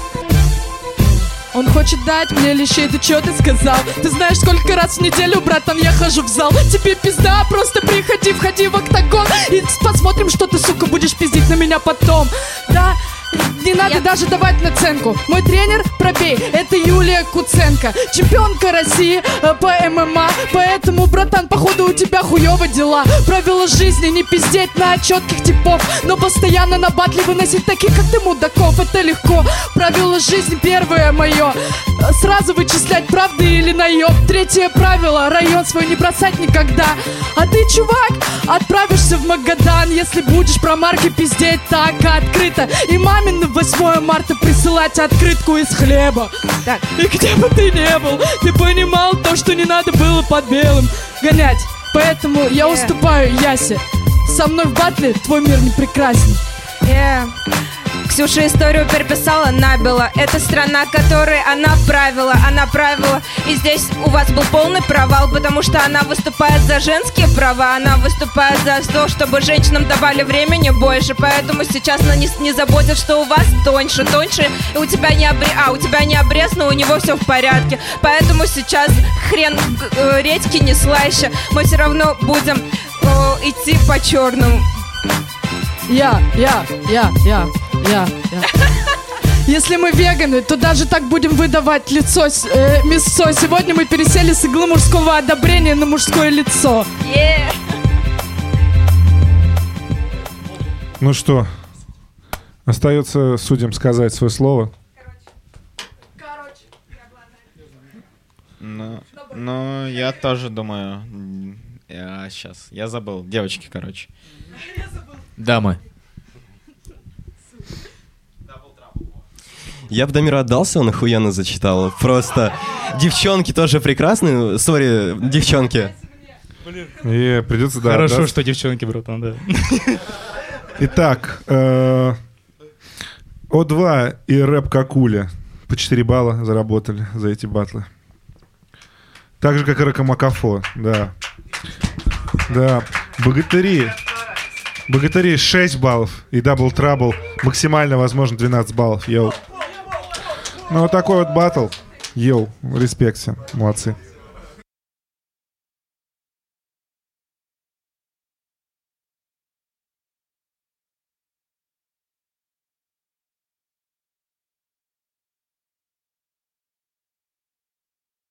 Он хочет дать мне лещей, ты чё ты сказал? Ты знаешь, сколько раз в неделю, братан, я хожу в зал. Тебе пизда, просто приходи, входи в октагон. И посмотрим, что ты, сука, будешь пиздить на меня потом. Да, не надо я... даже давать наценку. Мой тренер, пробей, это Юлия Куценко. Чемпионка России э, по ММА. Поэтому, братан, походу у тебя хуёво дела. Правила жизни не пиздеть на четких типов, но постоянно на батле выносить таких, как ты, мудаков. Это легко. Правило жизни первое мое: сразу вычислять, правды или наеб. Третье правило: район свой не бросать никогда. А ты, чувак, отправишься в Магадан, если будешь про марки пиздеть так открыто. И маме на восьмое марта присылать открытку из хлеба. Так. И где бы ты не был, ты понимал то, что не надо было под белым гонять. Поэтому я yeah. уступаю Ясе. Со мной в батле твой мир не прекрасен. Yeah. Ксюша историю переписала набело. Это страна, которой она правила, она правила. И здесь у вас был полный провал, потому что она выступает за женские права. Она выступает за то, чтобы женщинам давали времени больше. Поэтому сейчас она не, не заботит, что у вас тоньше, тоньше. И у тебя не обрез, а, у тебя не обрез, но у него все в порядке. Поэтому сейчас хрен э, редьки не слаще. Мы все равно будем э, идти по черному. Я, я, я, я, я, я. Если мы веганы, то даже так будем выдавать лицо, э, мясо. Сегодня мы пересели с иглы мужского одобрения на мужское лицо. Yeah. Ну что, остается судьям сказать свое слово. Короче. Ну, ну, я тоже думаю. Я сейчас, я забыл. Девочки, короче. Дамы. Я бы Дамиру отдался, он охуенно зачитал. Просто девчонки тоже прекрасные. Сори, девчонки. И придется, да, Хорошо, да. что девчонки, братан, да. Итак, э, О два и рэп Какуля по четыре балла заработали за эти батлы. Так же, как и Рокомакафо, да. Да, Богатыри. Богатыри шесть баллов и Double Trouble максимально возможно двенадцать баллов. Йоу. Ну вот такой вот батл. Йоу, респект всем, молодцы.